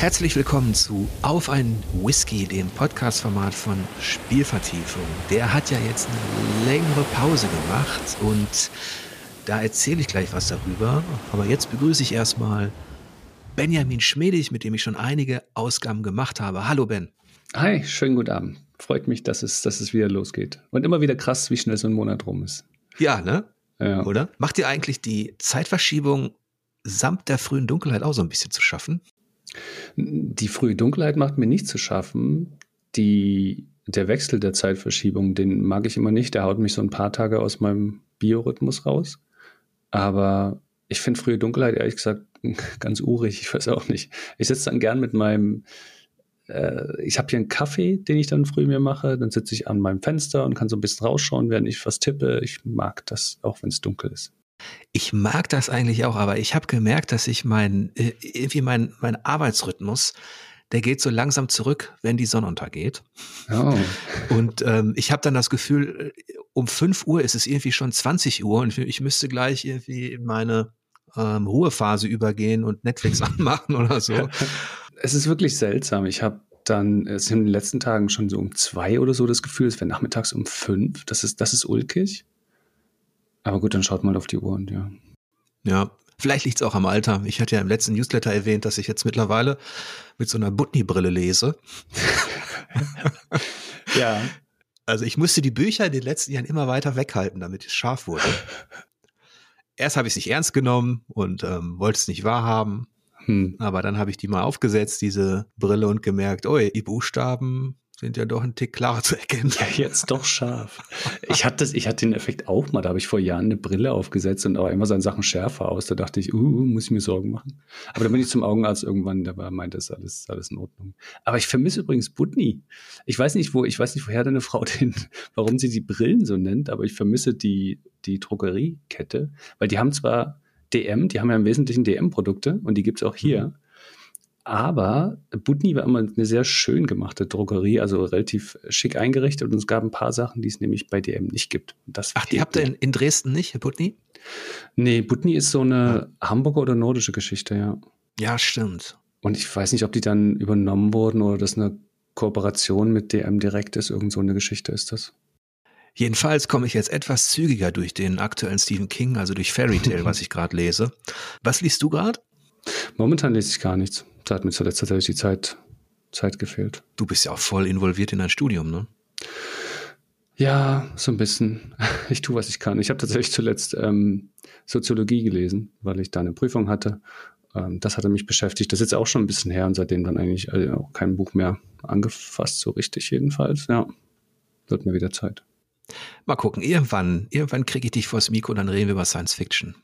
Herzlich willkommen zu Auf ein Whisky, dem Podcast-Format von Spielvertiefung. Der hat ja jetzt eine längere Pause gemacht und da erzähle ich gleich was darüber. Aber jetzt begrüße ich erstmal Benjamin Schmedig, mit dem ich schon einige Ausgaben gemacht habe. Hallo Ben. Hi, schönen guten Abend. Freut mich, dass es wieder losgeht. Und immer wieder krass, wie schnell so ein Monat rum ist. Ja, ne? Ja. Oder? Macht dir eigentlich die Zeitverschiebung samt der frühen Dunkelheit auch so ein bisschen zu schaffen? Die frühe Dunkelheit macht mir nicht zu schaffen. Der Wechsel der Zeitverschiebung, den mag ich immer nicht. Der haut mich so ein paar Tage aus meinem Biorhythmus raus. Aber ich finde frühe Dunkelheit, ehrlich gesagt, ganz urig. Ich weiß auch nicht. Ich sitze dann gern mit ich habe hier einen Kaffee, den ich dann früh mir mache. Dann sitze ich an meinem Fenster und kann so ein bisschen rausschauen, während ich was tippe. Ich mag das, auch wenn es dunkel ist. Ich mag das eigentlich auch, aber ich habe gemerkt, dass ich mein Arbeitsrhythmus, der geht so langsam zurück, wenn die Sonne untergeht. Oh. Und ich habe dann das Gefühl, um 5 Uhr ist es irgendwie schon 20 Uhr und ich müsste gleich irgendwie in meine Ruhephase übergehen und Netflix anmachen oder so. Es ist wirklich seltsam. Ich habe dann in den letzten Tagen schon so um 2 oder so das Gefühl, es wäre nachmittags um 5. Das ist ulkig. Aber gut, dann schaut mal auf die Uhr und ja. Ja, vielleicht liegt es auch am Alter. Ich hatte ja im letzten Newsletter erwähnt, dass ich jetzt mittlerweile mit so einer Butni-Brille lese. Ja. Also ich musste die Bücher in den letzten Jahren immer weiter weghalten, damit es scharf wurde. Erst habe ich es nicht ernst genommen und wollte es nicht wahrhaben. Aber dann habe ich die mal aufgesetzt, diese Brille, und gemerkt, oh, die Buchstaben sind ja doch ein Tick klarer zu erkennen. Ja, jetzt doch scharf. Ich hatte den Effekt auch mal, da habe ich vor Jahren eine Brille aufgesetzt und auch immer sahen Sachen schärfer aus. Da dachte ich, muss ich mir Sorgen machen. Aber dann bin ich zum Augenarzt irgendwann, der meinte, es ist alles in Ordnung. Aber ich vermisse übrigens Butni. Ich weiß nicht, woher deine Frau warum sie die Brillen so nennt, aber ich vermisse die Drogeriekette, weil die haben zwar DM, die haben ja im Wesentlichen DM-Produkte und die gibt es auch hier. Aber Butni war immer eine sehr schön gemachte Drogerie, also relativ schick eingerichtet. Und es gab ein paar Sachen, die es nämlich bei DM nicht gibt. Ach, die habt ihr in Dresden nicht, Butni? Nee, Butni ist so eine Hamburger oder nordische Geschichte, ja. Ja, stimmt. Und ich weiß nicht, ob die dann übernommen wurden oder das eine Kooperation mit DM direkt ist. Irgend so eine Geschichte ist das. Jedenfalls komme ich jetzt etwas zügiger durch den aktuellen Stephen King, also durch Fairy Tale, was ich gerade lese. Was liest du gerade? Momentan lese ich gar nichts. Da hat mir zuletzt tatsächlich die Zeit gefehlt. Du bist ja auch voll involviert in dein Studium, ne? Ja, so ein bisschen. Ich tue, was ich kann. Ich habe tatsächlich zuletzt Soziologie gelesen, weil ich da eine Prüfung hatte. Das hatte mich beschäftigt. Das ist jetzt auch schon ein bisschen her und seitdem dann eigentlich auch kein Buch mehr angefasst, so richtig jedenfalls. Ja, wird mir wieder Zeit. Mal gucken, irgendwann kriege ich dich vors Mikro und dann reden wir über Science Fiction.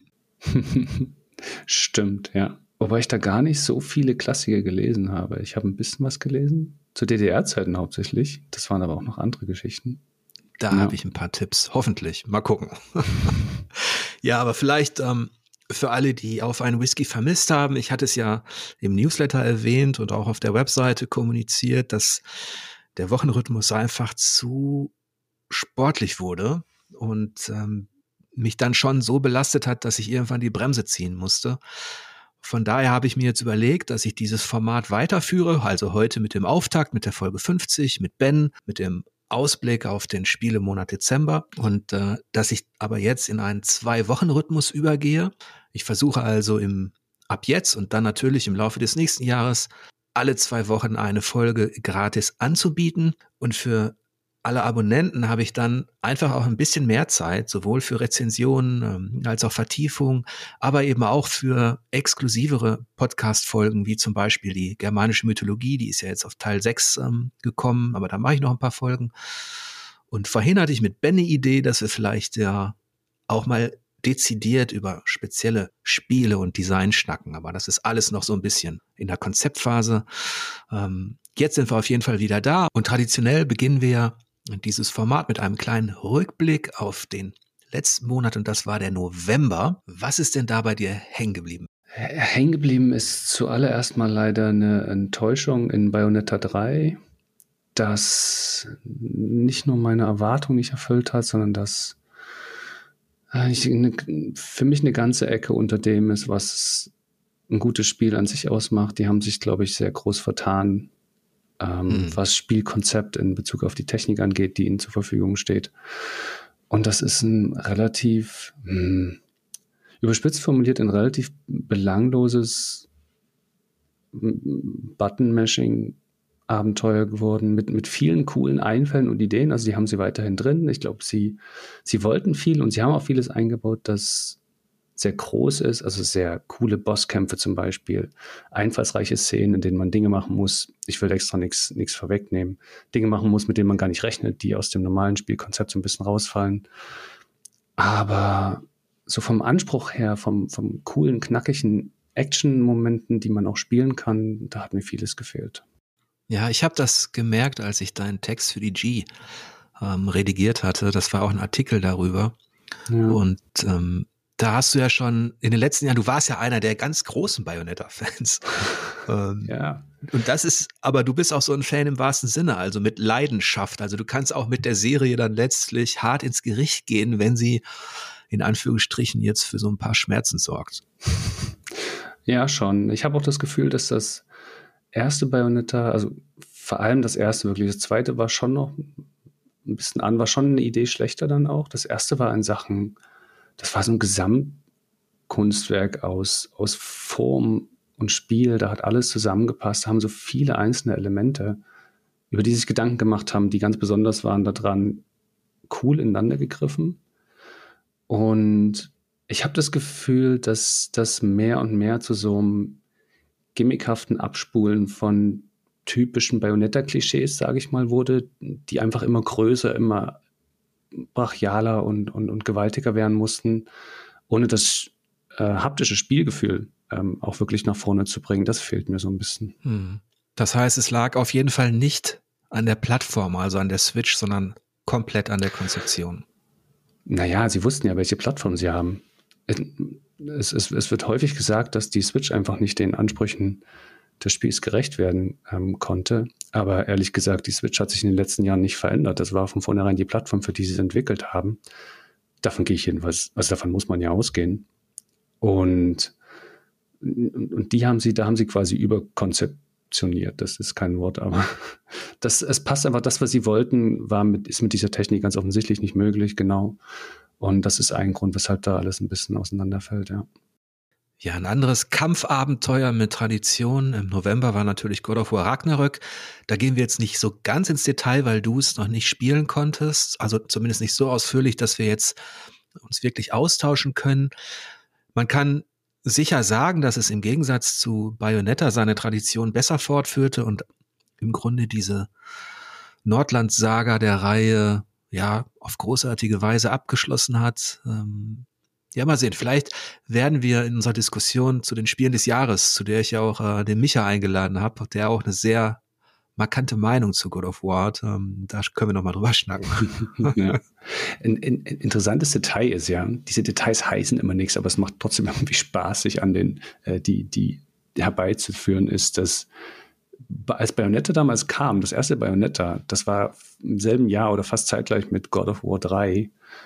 Stimmt, ja. Wobei ich da gar nicht so viele Klassiker gelesen habe. Ich habe ein bisschen was gelesen, zu DDR-Zeiten hauptsächlich. Das waren aber auch noch andere Geschichten. Da habe ich ein paar Tipps, hoffentlich. Mal gucken. Ja, aber vielleicht für alle, die Auf einen Whisky vermisst haben, ich hatte es ja im Newsletter erwähnt und auch auf der Webseite kommuniziert, dass der Wochenrhythmus einfach zu sportlich wurde und mich dann schon so belastet hat, dass ich irgendwann die Bremse ziehen musste. Von daher habe ich mir jetzt überlegt, dass ich dieses Format weiterführe, also heute mit dem Auftakt, mit der Folge 50, mit Ben, mit dem Ausblick auf den Spielemonat Dezember und dass ich aber jetzt in einen 2-Wochen-Rhythmus übergehe. Ich versuche also ab jetzt und dann natürlich im Laufe des nächsten Jahres alle 2 Wochen eine Folge gratis anzubieten, und für alle Abonnenten habe ich dann einfach auch ein bisschen mehr Zeit, sowohl für Rezensionen als auch Vertiefung, aber eben auch für exklusivere Podcast-Folgen, wie zum Beispiel die germanische Mythologie, die ist ja jetzt auf Teil 6 gekommen, aber da mache ich noch ein paar Folgen. Und vorhin hatte ich mit Ben eine Idee, dass wir vielleicht ja auch mal dezidiert über spezielle Spiele und Design schnacken, aber das ist alles noch so ein bisschen in der Konzeptphase. Jetzt sind wir auf jeden Fall wieder da und traditionell beginnen wir dieses Format mit einem kleinen Rückblick auf den letzten Monat und das war der November. Was ist denn da bei dir hängen geblieben? Hängen geblieben ist zuallererst mal leider eine Enttäuschung in Bayonetta 3, das nicht nur meine Erwartung nicht erfüllt hat, sondern das für mich eine ganze Ecke unter dem ist, was ein gutes Spiel an sich ausmacht. Die haben sich, glaube ich, sehr groß vertan, was Spielkonzept in Bezug auf die Technik angeht, die ihnen zur Verfügung steht. Und das ist ein relativ, überspitzt formuliert, ein relativ belangloses Button-Mashing-Abenteuer geworden, mit vielen coolen Einfällen und Ideen. Also die haben sie weiterhin drin. Ich glaube, sie wollten viel und sie haben auch vieles eingebaut, das sehr groß ist, also sehr coole Bosskämpfe zum Beispiel, einfallsreiche Szenen, in denen man Dinge machen muss, ich will extra nichts vorwegnehmen, Dinge machen muss, mit denen man gar nicht rechnet, die aus dem normalen Spielkonzept so ein bisschen rausfallen. Aber so vom Anspruch her, vom coolen, knackigen Action-Momenten, die man auch spielen kann, da hat mir vieles gefehlt. Ja, ich habe das gemerkt, als ich deinen Text für die G redigiert hatte. Das war auch ein Artikel darüber. Ja. Und da hast du ja schon in den letzten Jahren, du warst ja einer der ganz großen Bayonetta-Fans. Ja. Und das ist, aber du bist auch so ein Fan im wahrsten Sinne, also mit Leidenschaft. Also du kannst auch mit der Serie dann letztlich hart ins Gericht gehen, wenn sie in Anführungsstrichen jetzt für so ein paar Schmerzen sorgt. Ja, schon. Ich habe auch das Gefühl, dass das erste Bayonetta, also vor allem das erste wirklich, das zweite war schon noch ein bisschen war schon eine Idee schlechter dann auch. Das erste war in Sachen, das war so ein Gesamtkunstwerk aus Form und Spiel, da hat alles zusammengepasst, haben so viele einzelne Elemente, über die sich Gedanken gemacht haben, die ganz besonders waren daran, cool ineinander gegriffen. Und ich habe das Gefühl, dass das mehr und mehr zu so einem gimmickhaften Abspulen von typischen Bayonetta-Klischees, sage ich mal, wurde, die einfach immer größer, immer brachialer und gewaltiger werden mussten, ohne das haptische Spielgefühl auch wirklich nach vorne zu bringen. Das fehlt mir so ein bisschen. Das heißt, es lag auf jeden Fall nicht an der Plattform, also an der Switch, sondern komplett an der Konzeption. Naja, sie wussten ja, welche Plattform sie haben. Es wird häufig gesagt, dass die Switch einfach nicht den Ansprüchen des Spiels gerecht werden konnte. Aber ehrlich gesagt, die Switch hat sich in den letzten Jahren nicht verändert. Das war von vornherein die Plattform, für die sie es entwickelt haben. Davon gehe ich jedenfalls, also davon muss man ja ausgehen. Und da haben sie quasi überkonzeptioniert. Das ist kein Wort, aber es passt einfach, das, was sie wollten, ist mit dieser Technik ganz offensichtlich nicht möglich, genau. Und das ist ein Grund, weshalb da alles ein bisschen auseinanderfällt, ja. Ja, ein anderes Kampfabenteuer mit Tradition im November war natürlich God of War Ragnarök. Da gehen wir jetzt nicht so ganz ins Detail, weil du es noch nicht spielen konntest. Also zumindest nicht so ausführlich, dass wir jetzt uns wirklich austauschen können. Man kann sicher sagen, dass es im Gegensatz zu Bayonetta seine Tradition besser fortführte und im Grunde diese Nordland-Saga der Reihe ja auf großartige Weise abgeschlossen hat. Ja, mal sehen. Vielleicht werden wir in unserer Diskussion zu den Spielen des Jahres, zu der ich ja auch den Micha eingeladen habe, der auch eine sehr markante Meinung zu God of War hat. Da können wir nochmal drüber schnacken. Ja. Ein interessantes Detail ist ja, diese Details heißen immer nichts, aber es macht trotzdem irgendwie Spaß, sich an die herbeizuführen, ist, dass als Bayonetta damals kam, das erste Bayonetta, das war im selben Jahr oder fast zeitgleich mit God of War 3.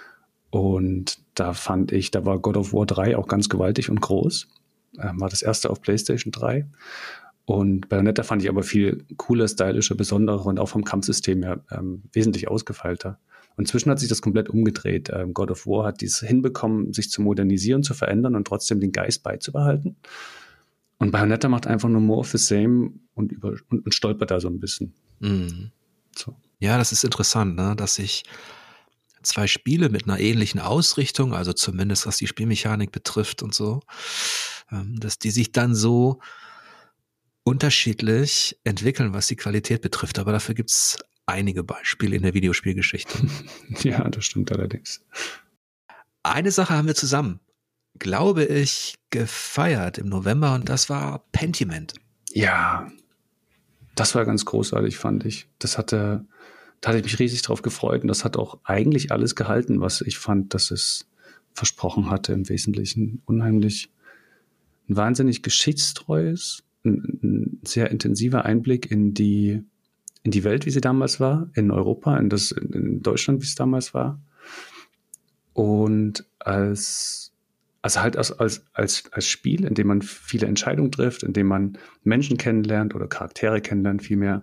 Und da war God of War 3 auch ganz gewaltig und groß. War das erste auf PlayStation 3. Und Bayonetta fand ich aber viel cooler, stylischer, besonderer und auch vom Kampfsystem her wesentlich ausgefeilter. Und inzwischen hat sich das komplett umgedreht. God of War hat dies hinbekommen, sich zu modernisieren, zu verändern und trotzdem den Geist beizubehalten. Und Bayonetta macht einfach nur more of the same und stolpert da so ein bisschen. Mhm. So. Ja, das ist interessant, ne? Dass sich zwei Spiele mit einer ähnlichen Ausrichtung, also zumindest was die Spielmechanik betrifft und so, dass die sich dann so unterschiedlich entwickeln, was die Qualität betrifft. Aber dafür gibt es einige Beispiele in der Videospielgeschichte. Ja, das stimmt allerdings. Eine Sache haben wir zusammen, glaube ich, gefeiert im November und das war Pentiment. Ja, das war ganz großartig, fand ich. Da hatte ich mich riesig drauf gefreut und das hat auch eigentlich alles gehalten, was ich fand, dass es versprochen hatte im Wesentlichen. Unheimlich, ein wahnsinnig geschichtstreues, ein sehr intensiver Einblick in die Welt, wie sie damals war, in Europa, in Deutschland, wie es damals war. Und als Also halt als Spiel, in dem man viele Entscheidungen trifft, in dem man Menschen kennenlernt oder Charaktere kennenlernt, vielmehr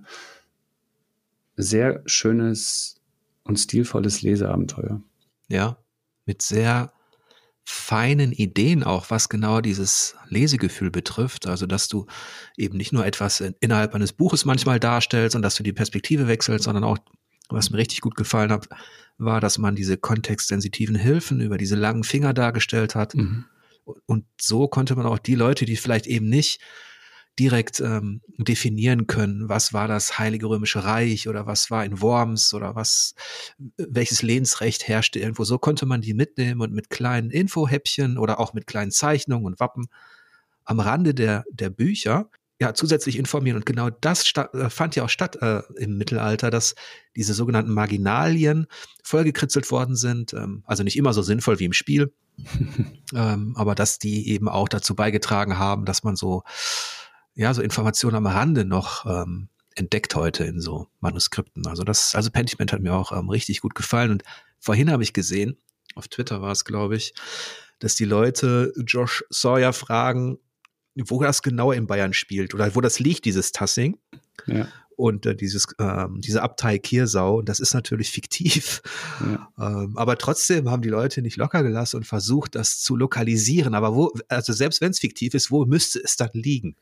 sehr schönes und stilvolles Leseabenteuer. Ja, mit sehr feinen Ideen auch, was genau dieses Lesegefühl betrifft. Also, dass du eben nicht nur etwas innerhalb eines Buches manchmal darstellst und dass du die Perspektive wechselst, sondern auch, was mir richtig gut gefallen hat, war, dass man diese kontextsensitiven Hilfen über diese langen Finger dargestellt hat. Mhm. Und so konnte man auch die Leute, die vielleicht eben nicht direkt definieren können, was war das Heilige Römische Reich oder was war in Worms oder welches Lehensrecht herrschte irgendwo. So konnte man die mitnehmen und mit kleinen Infohäppchen oder auch mit kleinen Zeichnungen und Wappen am Rande der Bücher ja zusätzlich informieren. Und genau das fand ja auch statt im Mittelalter, dass diese sogenannten Marginalien vollgekritzelt worden sind. Also nicht immer so sinnvoll wie im Spiel, aber dass die eben auch dazu beigetragen haben, dass man so Informationen am Rande noch entdeckt heute in so Manuskripten. Also Pentiment hat mir auch richtig gut gefallen. Und vorhin habe ich gesehen, auf Twitter war es, glaube ich, dass die Leute Josh Sawyer fragen, wo das genau in Bayern spielt oder wo das liegt, dieses Tassing. Ja. Und diese Abtei Kiersau, das ist natürlich fiktiv. Ja. Aber trotzdem haben die Leute nicht locker gelassen und versucht, das zu lokalisieren. Aber also selbst wenn es fiktiv ist, wo müsste es dann liegen?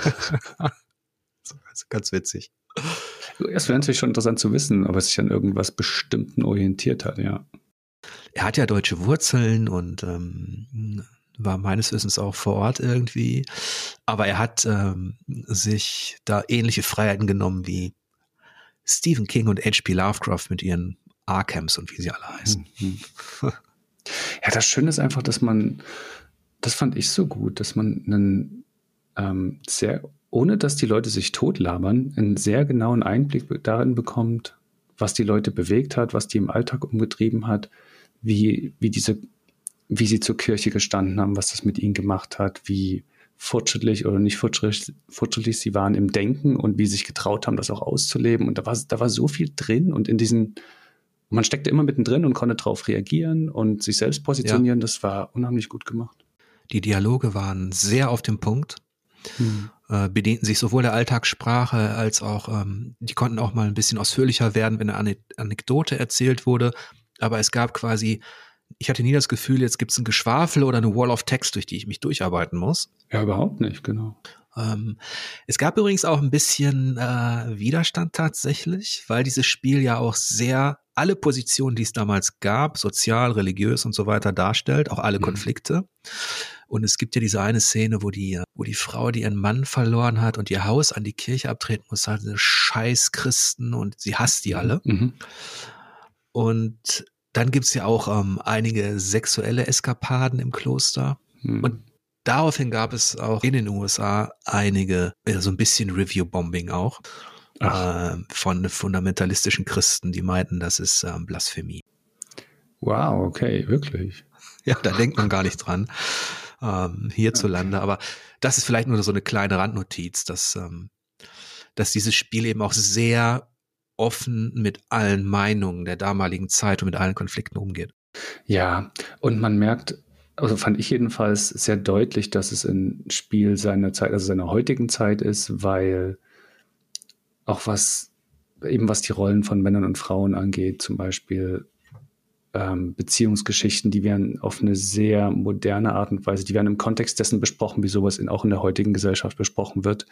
Also ganz witzig. Es wäre natürlich schon interessant zu wissen, ob er sich an irgendwas Bestimmten orientiert hat, ja. Er hat ja deutsche Wurzeln und war meines Wissens auch vor Ort irgendwie. Aber er hat sich da ähnliche Freiheiten genommen wie Stephen King und H.P. Lovecraft mit ihren Arkhams und wie sie alle heißen. Mhm. Ja, das Schöne ist einfach, dass man, das fand ich so gut, dass man einen ohne dass die Leute sich totlabern, einen sehr genauen Einblick darin bekommt, was die Leute bewegt hat, was die im Alltag umgetrieben hat, wie sie zur Kirche gestanden haben, was das mit ihnen gemacht hat, wie fortschrittlich oder nicht fortschrittlich sie waren im Denken und wie sie sich getraut haben, das auch auszuleben. Und da war so viel drin und man steckte immer mittendrin und konnte darauf reagieren und sich selbst positionieren. Ja. Das war unheimlich gut gemacht. Die Dialoge waren sehr auf den Punkt, bedienten sich sowohl der Alltagssprache als auch, die konnten auch mal ein bisschen ausführlicher werden, wenn eine Anekdote erzählt wurde. Aber es gab quasi, ich hatte nie das Gefühl, jetzt gibt es ein Geschwafel oder eine Wall of Text, durch die ich mich durcharbeiten muss. Ja, überhaupt nicht, genau. Es gab übrigens auch ein bisschen Widerstand tatsächlich, weil dieses Spiel ja auch alle Positionen, die es damals gab, sozial, religiös und so weiter darstellt, auch alle Konflikte. Und es gibt ja diese eine Szene, wo die Frau, die ihren Mann verloren hat und ihr Haus an die Kirche abtreten muss, halt eine scheiß Christen und sie hasst die alle. Mhm. Und dann gibt's ja auch einige sexuelle Eskapaden im Kloster. Und daraufhin gab es auch in den USA einige, so ein bisschen Review-Bombing auch von fundamentalistischen Christen, die meinten, das ist Blasphemie. Wow, okay, wirklich. Ja, da denkt man gar nicht dran hierzulande. Okay. Aber das ist vielleicht nur so eine kleine Randnotiz, dass dieses Spiel eben auch sehr offen mit allen Meinungen der damaligen Zeit und mit allen Konflikten umgeht. Ja, und man merkt, also fand ich jedenfalls sehr deutlich, dass es ein Spiel seiner Zeit, also seiner heutigen Zeit ist, weil auch was die Rollen von Männern und Frauen angeht, zum Beispiel Beziehungsgeschichten, die werden auf eine sehr moderne Art und Weise, die werden im Kontext dessen besprochen, wie sowas auch in der heutigen Gesellschaft besprochen wird.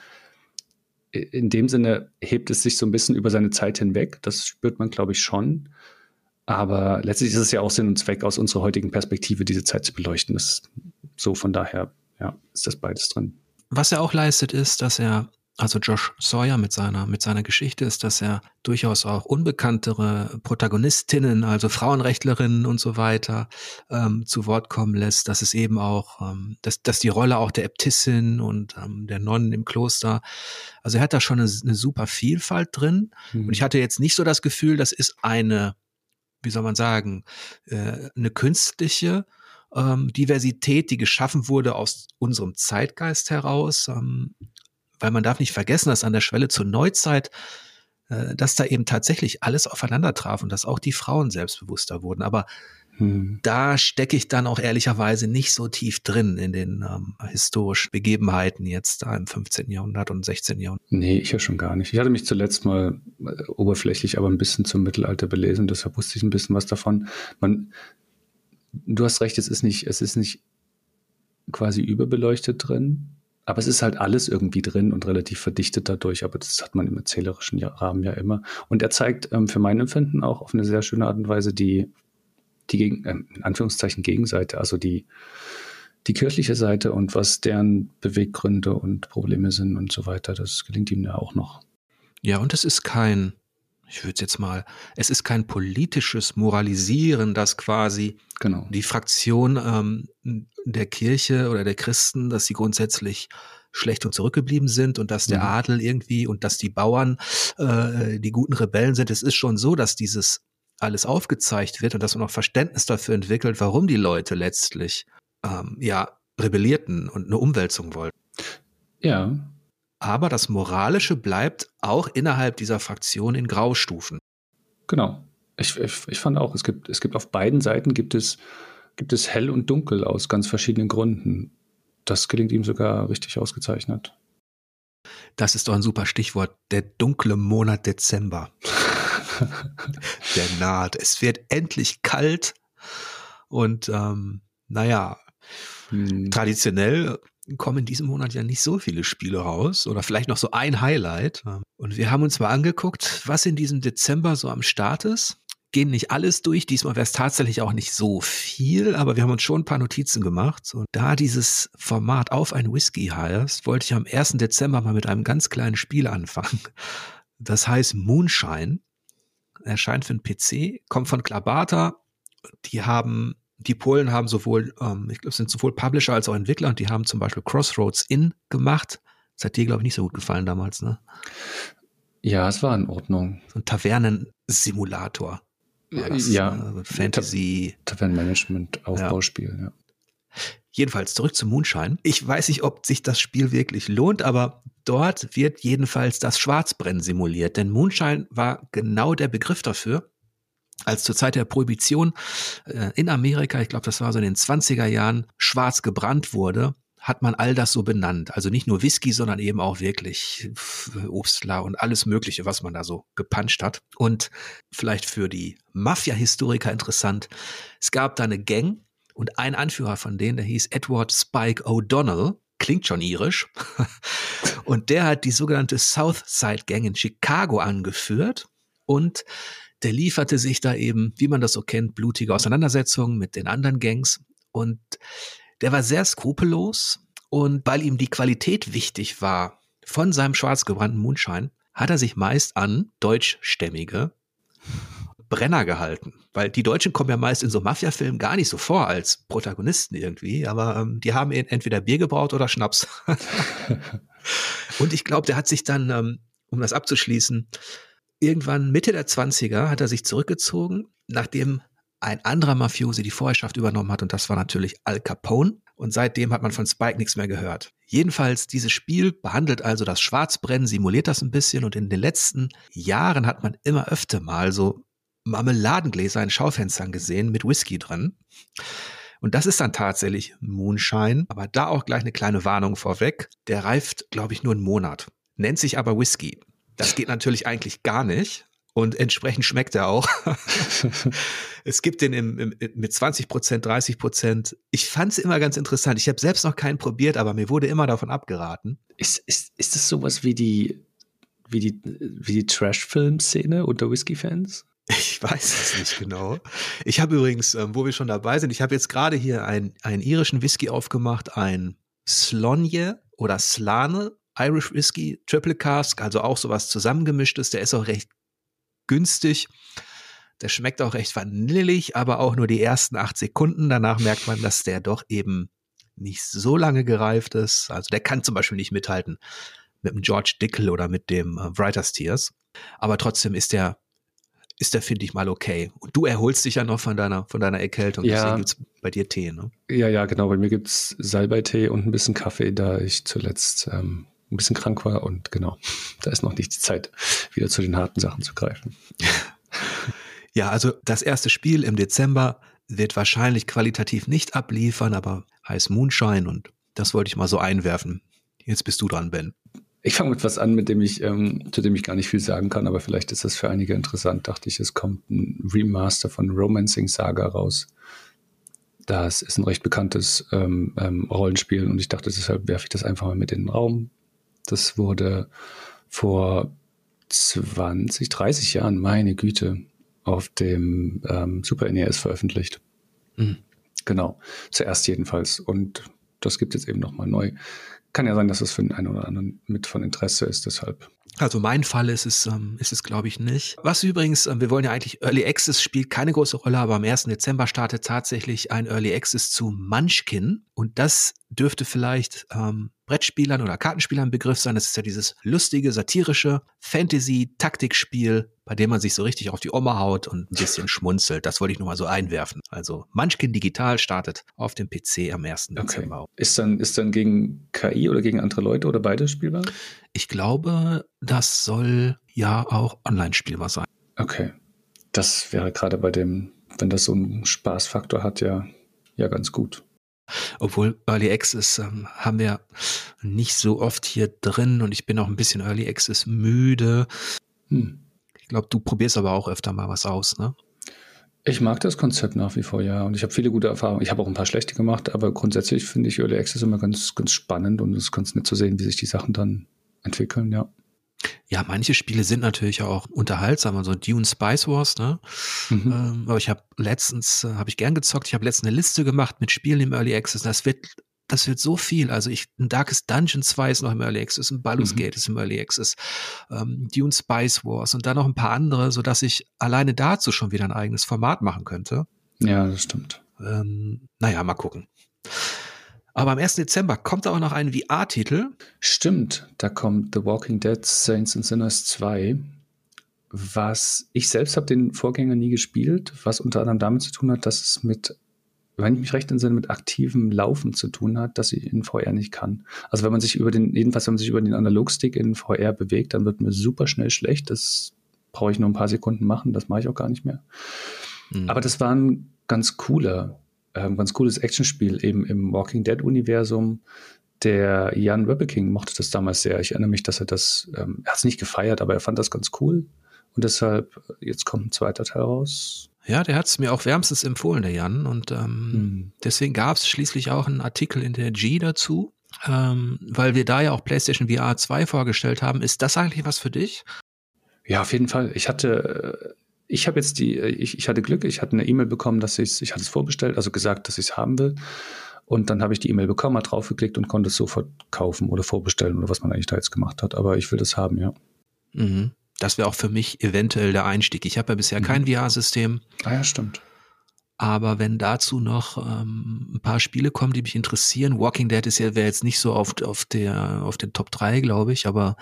In dem Sinne hebt es sich so ein bisschen über seine Zeit hinweg. Das spürt man, glaube ich, schon. Aber letztlich ist es ja auch Sinn und Zweck, aus unserer heutigen Perspektive diese Zeit zu beleuchten. So von daher, ja, ist das beides drin. Was er auch leistet, ist, dass er, also Josh Sawyer mit seiner Geschichte, ist, dass er durchaus auch unbekanntere Protagonistinnen, also Frauenrechtlerinnen und so weiter, zu Wort kommen lässt, dass es eben auch, dass die Rolle auch der Äbtissin und der Nonnen im Kloster, also er hat da schon eine super Vielfalt drin. Und ich hatte jetzt nicht so das Gefühl, das ist eine, wie soll man sagen, eine künstliche Diversität, die geschaffen wurde aus unserem Zeitgeist heraus, weil man darf nicht vergessen, dass an der Schwelle zur Neuzeit, dass da eben tatsächlich alles aufeinander traf und dass auch die Frauen selbstbewusster wurden. Aber Da stecke ich dann auch ehrlicherweise nicht so tief drin in den historischen Begebenheiten jetzt da im 15. Jahrhundert und 16. Jahrhundert. Nee, ich ja schon gar nicht. Ich hatte mich zuletzt mal oberflächlich, aber ein bisschen zum Mittelalter belesen, deshalb wusste ich ein bisschen was davon. Du hast recht, es ist nicht quasi überbeleuchtet drin, aber es ist halt alles irgendwie drin und relativ verdichtet dadurch, aber das hat man im erzählerischen Rahmen ja immer. Und er zeigt für mein Empfinden auch auf eine sehr schöne Art und Weise die in Anführungszeichen Gegenseite, also die kirchliche Seite und was deren Beweggründe und Probleme sind und so weiter. Das gelingt ihm ja auch noch. Ja, und es ist kein politisches Moralisieren, das quasi die Fraktion der Kirche oder der Christen, dass sie grundsätzlich schlecht und zurückgeblieben sind und dass der Adel irgendwie und dass die Bauern die guten Rebellen sind. Es ist schon so, dass dieses alles aufgezeigt wird und dass man auch Verständnis dafür entwickelt, warum die Leute letztlich rebellierten und eine Umwälzung wollten. Ja. Aber das Moralische bleibt auch innerhalb dieser Fraktion in Graustufen. Genau. Ich fand auch, es gibt auf beiden Seiten gibt es hell und dunkel aus ganz verschiedenen Gründen. Das gelingt ihm sogar richtig ausgezeichnet. Das ist doch ein super Stichwort. Der dunkle Monat Dezember. Der naht. Es wird endlich kalt und traditionell kommen in diesem Monat ja nicht so viele Spiele raus oder vielleicht noch so ein Highlight. Und wir haben uns mal angeguckt, was in diesem Dezember so am Start ist. Gehen nicht alles durch. Diesmal wäre es tatsächlich auch nicht so viel, aber wir haben uns schon ein paar Notizen gemacht. Und da dieses Format Auf ein Whisky heißt, wollte ich am 1. Dezember mal mit einem ganz kleinen Spiel anfangen. Das heißt Moonshine. Erscheint für den PC, kommt von Klabata. Die Polen haben sowohl, ich glaube, es sind sowohl Publisher als auch Entwickler und die haben zum Beispiel Crossroads Inn gemacht. Das hat dir, glaube ich, nicht so gut gefallen damals, ne? Ja, es war in Ordnung. So ein Tavernensimulator. Ja, Fantasy. Tavernenmanagement, Aufbauspiel, ja. Jedenfalls zurück zu Moonshine. Ich weiß nicht, ob sich das Spiel wirklich lohnt, aber dort wird jedenfalls das Schwarzbrennen simuliert. Denn Moonshine war genau der Begriff dafür, als zur Zeit der Prohibition in Amerika, ich glaube, das war so in den 20er Jahren, schwarz gebrannt wurde, hat man all das so benannt. Also nicht nur Whisky, sondern eben auch wirklich Obstler und alles Mögliche, was man da so gepanscht hat. Und vielleicht für die Mafia-Historiker interessant, es gab da eine Gang, und ein Anführer von denen, der hieß Edward Spike O'Donnell, klingt schon irisch, und der hat die sogenannte Southside Gang in Chicago angeführt und der lieferte sich da eben, wie man das so kennt, blutige Auseinandersetzungen mit den anderen Gangs und der war sehr skrupellos und weil ihm die Qualität wichtig war von seinem schwarzgebrannten Moonshine, hat er sich meist an deutschstämmige Brenner gehalten, weil die Deutschen kommen ja meist in so Mafia-Filmen gar nicht so vor als Protagonisten irgendwie, aber die haben entweder Bier gebraut oder Schnaps. Und ich glaube, der hat sich dann, um das abzuschließen, irgendwann Mitte der 20er hat er sich zurückgezogen, nachdem ein anderer Mafiosi die Vorherrschaft übernommen hat und das war natürlich Al Capone. Und seitdem hat man von Spike nichts mehr gehört. Jedenfalls, dieses Spiel behandelt also das Schwarzbrennen, simuliert das ein bisschen und in den letzten Jahren hat man immer öfter mal so Marmeladengläser in Schaufenstern gesehen mit Whisky drin. Und das ist dann tatsächlich Moonshine, aber da auch gleich eine kleine Warnung vorweg. Der reift, glaube ich, nur einen Monat, nennt sich aber Whisky. Das geht natürlich eigentlich gar nicht und entsprechend schmeckt er auch. Es gibt den mit 20%, 30%. Ich fand es immer ganz interessant. Ich habe selbst noch keinen probiert, aber mir wurde immer davon abgeraten. Ist das sowas wie die Trash-Film-Szene unter Whisky-Fans? Ich weiß es nicht genau. Ich habe übrigens, wo wir schon dabei sind, ich habe jetzt gerade hier einen irischen Whisky aufgemacht, ein Slonje oder Slane Irish Whisky Triple Cask, also auch sowas zusammengemischtes. Der ist auch recht günstig. Der schmeckt auch recht vanillig, aber auch nur die ersten 8 Sekunden. Danach merkt man, dass der doch eben nicht so lange gereift ist. Also der kann zum Beispiel nicht mithalten mit dem George Dickel oder mit dem Writer's Tears. Aber trotzdem ist der, finde ich, mal okay. Und du erholst dich ja noch von deiner Erkältung. Ja. Deswegen gibt's bei dir Tee, ne? Ja, genau. Bei mir gibt's Salbeitee und ein bisschen Kaffee, da ich zuletzt ein bisschen krank war. Und genau, da ist noch nicht die Zeit, wieder zu den harten Sachen zu greifen. Ja, also das erste Spiel im Dezember, wird wahrscheinlich qualitativ nicht abliefern, aber heißt Moonshine und das wollte ich mal so einwerfen. Jetzt bist du dran, Ben. Ich fange mit was an, zu dem ich gar nicht viel sagen kann, aber vielleicht ist das für einige interessant. Dachte ich, es kommt ein Remaster von Romancing Saga raus. Das ist ein recht bekanntes Rollenspiel und ich dachte, deshalb werfe ich das einfach mal mit in den Raum. Das wurde vor 20, 30 Jahren, meine Güte, auf dem Super NES veröffentlicht. Mhm. Genau, zuerst jedenfalls. Und das gibt es jetzt eben nochmal neu. Kann ja sein, dass es für den einen oder anderen mit von Interesse ist, deshalb. Also mein Fall ist es glaube ich nicht. Was übrigens, wir wollen ja eigentlich, Early Access spielt keine große Rolle, aber am 1. Dezember startet tatsächlich ein Early Access zu Munchkin und das dürfte vielleicht Brettspielern oder Kartenspielern ein Begriff sein. Das ist ja dieses lustige, satirische Fantasy-Taktikspiel, bei dem man sich so richtig auf die Oma haut und ein bisschen schmunzelt. Das wollte ich nur mal so einwerfen. Also Munchkin Digital startet auf dem PC am 1. Dezember. Ist dann gegen KI oder gegen andere Leute oder beides spielbar? Ich glaube, das soll ja auch online spielbar sein. Okay. Das wäre gerade bei dem, wenn das so einen Spaßfaktor hat, ja ganz gut. Obwohl Early Access haben wir nicht so oft hier drin und ich bin auch ein bisschen Early Access müde. Ich glaube, du probierst aber auch öfter mal was aus, ne? Ich mag das Konzept nach wie vor, ja. Und ich habe viele gute Erfahrungen. Ich habe auch ein paar schlechte gemacht, aber grundsätzlich finde ich Early Access immer ganz, ganz spannend und es ist ganz nett zu sehen, wie sich die Sachen dann entwickeln, ja. Ja, manche Spiele sind natürlich auch unterhaltsam, also Dune Spice Wars, ne? Aber ich habe letztens, gern gezockt, ich habe letztens eine Liste gemacht mit Spielen im Early Access, das wird so viel, also ein Darkest Dungeon 2 ist noch im Early Access, ein Baldur's Gate ist im Early Access, Dune Spice Wars und dann noch ein paar andere, sodass ich alleine dazu schon wieder ein eigenes Format machen könnte. Ja, das stimmt. Naja, mal gucken. Aber am 1. Dezember kommt auch noch ein VR-Titel. Stimmt, da kommt The Walking Dead Saints and Sinners 2. Ich selbst habe den Vorgänger nie gespielt, was unter anderem damit zu tun hat, dass es wenn ich mich recht entsinne, mit aktivem Laufen zu tun hat, dass ich in VR nicht kann. Also wenn man sich über den Analogstick in VR bewegt, dann wird mir super schnell schlecht. Das brauche ich nur ein paar Sekunden machen, das mache ich auch gar nicht mehr. Aber das war ein ganz cooles Actionspiel eben im Walking Dead-Universum. Der Jan Wöppeking mochte das damals sehr. Ich erinnere mich, dass er hat es nicht gefeiert, aber er fand das ganz cool. Und deshalb, jetzt kommt ein zweiter Teil raus. Ja, der hat es mir auch wärmstens empfohlen, der Jan. Und deswegen gab es schließlich auch einen Artikel in der G dazu, weil wir da ja auch PlayStation VR 2 vorgestellt haben. Ist das eigentlich was für dich? Ja, auf jeden Fall. Ich hatte Glück, ich hatte eine E-Mail bekommen, ich hatte es vorbestellt, also gesagt, dass ich es haben will. Und dann habe ich die E-Mail bekommen, habe draufgeklickt und konnte es sofort kaufen oder vorbestellen oder was man eigentlich da jetzt gemacht hat. Aber ich will das haben, ja. Mhm. Das wäre auch für mich eventuell der Einstieg. Ich habe ja bisher kein VR-System. Ah ja, stimmt. Aber wenn dazu noch ein paar Spiele kommen, die mich interessieren, Walking Dead wäre jetzt nicht so auf den Top 3, glaube ich, aber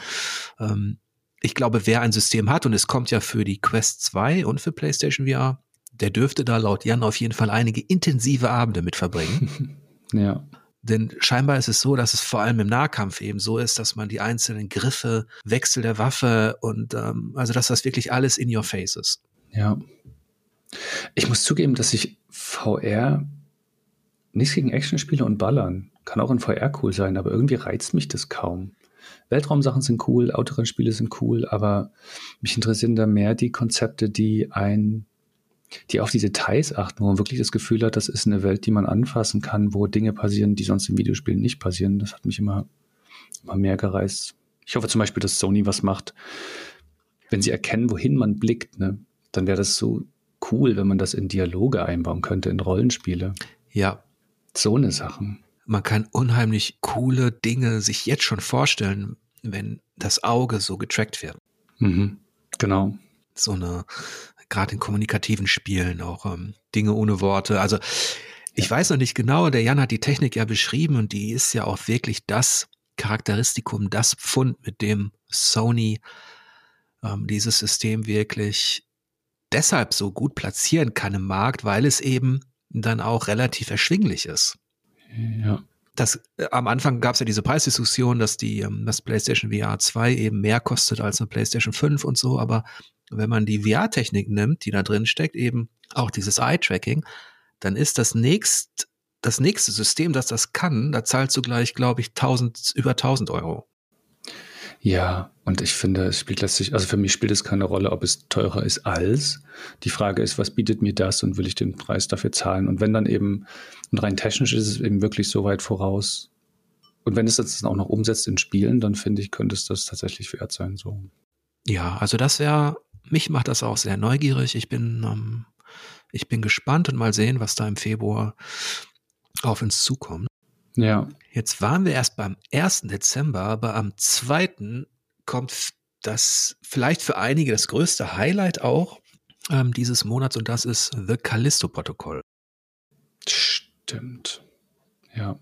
ich glaube, wer ein System hat, und es kommt ja für die Quest 2 und für PlayStation VR, der dürfte da laut Jan auf jeden Fall einige intensive Abende mit verbringen. Ja. Denn scheinbar ist es so, dass es vor allem im Nahkampf eben so ist, dass man die einzelnen Griffe, Wechsel der Waffe und also dass das wirklich alles in your face ist. Ja. Ich muss zugeben, dass ich VR nichts gegen Actionspiele und Ballern. Kann auch in VR cool sein, aber irgendwie reizt mich das kaum. Weltraumsachen sind cool, Autorennspiele sind cool, aber mich interessieren da mehr die Konzepte, die auf die Details achten, wo man wirklich das Gefühl hat, das ist eine Welt, die man anfassen kann, wo Dinge passieren, die sonst in Videospielen nicht passieren. Das hat mich immer mehr gereizt. Ich hoffe zum Beispiel, dass Sony was macht, wenn sie erkennen, wohin man blickt, ne? Dann wäre das so cool, wenn man das in Dialoge einbauen könnte, in Rollenspiele. Ja. So eine Sache. Man kann unheimlich coole Dinge sich jetzt schon vorstellen, wenn das Auge so getrackt wird. Mhm. Genau. Gerade in kommunikativen Spielen auch Dinge ohne Worte. Also ich weiß noch nicht genau, der Jan hat die Technik ja beschrieben und die ist ja auch wirklich das Charakteristikum, das Pfund, mit dem Sony dieses System wirklich deshalb so gut platzieren kann im Markt, weil es eben dann auch relativ erschwinglich ist. Ja. Am Anfang gab es ja diese Preisdiskussion, dass das PlayStation VR 2 eben mehr kostet als eine PlayStation 5 und so, aber wenn man die VR-Technik nimmt, die da drin steckt, eben auch dieses Eye-Tracking, dann ist das nächste System, das kann, da zahlst du gleich, glaube ich, über 1.000 Euro. Ja, und ich finde, es spielt letztlich, also für mich spielt es keine Rolle, ob es teurer ist als. Die Frage ist, was bietet mir das und will ich den Preis dafür zahlen? Und wenn dann eben, und rein technisch ist es eben wirklich so weit voraus. Und wenn es das dann auch noch umsetzt in Spielen, dann finde ich, könnte es das tatsächlich wert sein. So. Ja, also mich macht das auch sehr neugierig. Ich bin gespannt und mal sehen, was da im Februar auf uns zukommt. Ja. Jetzt waren wir erst beim 1. Dezember, aber am 2. kommt das vielleicht für einige das größte Highlight auch dieses Monats, und das ist The Callisto-Protokoll. Stimmt. Ja.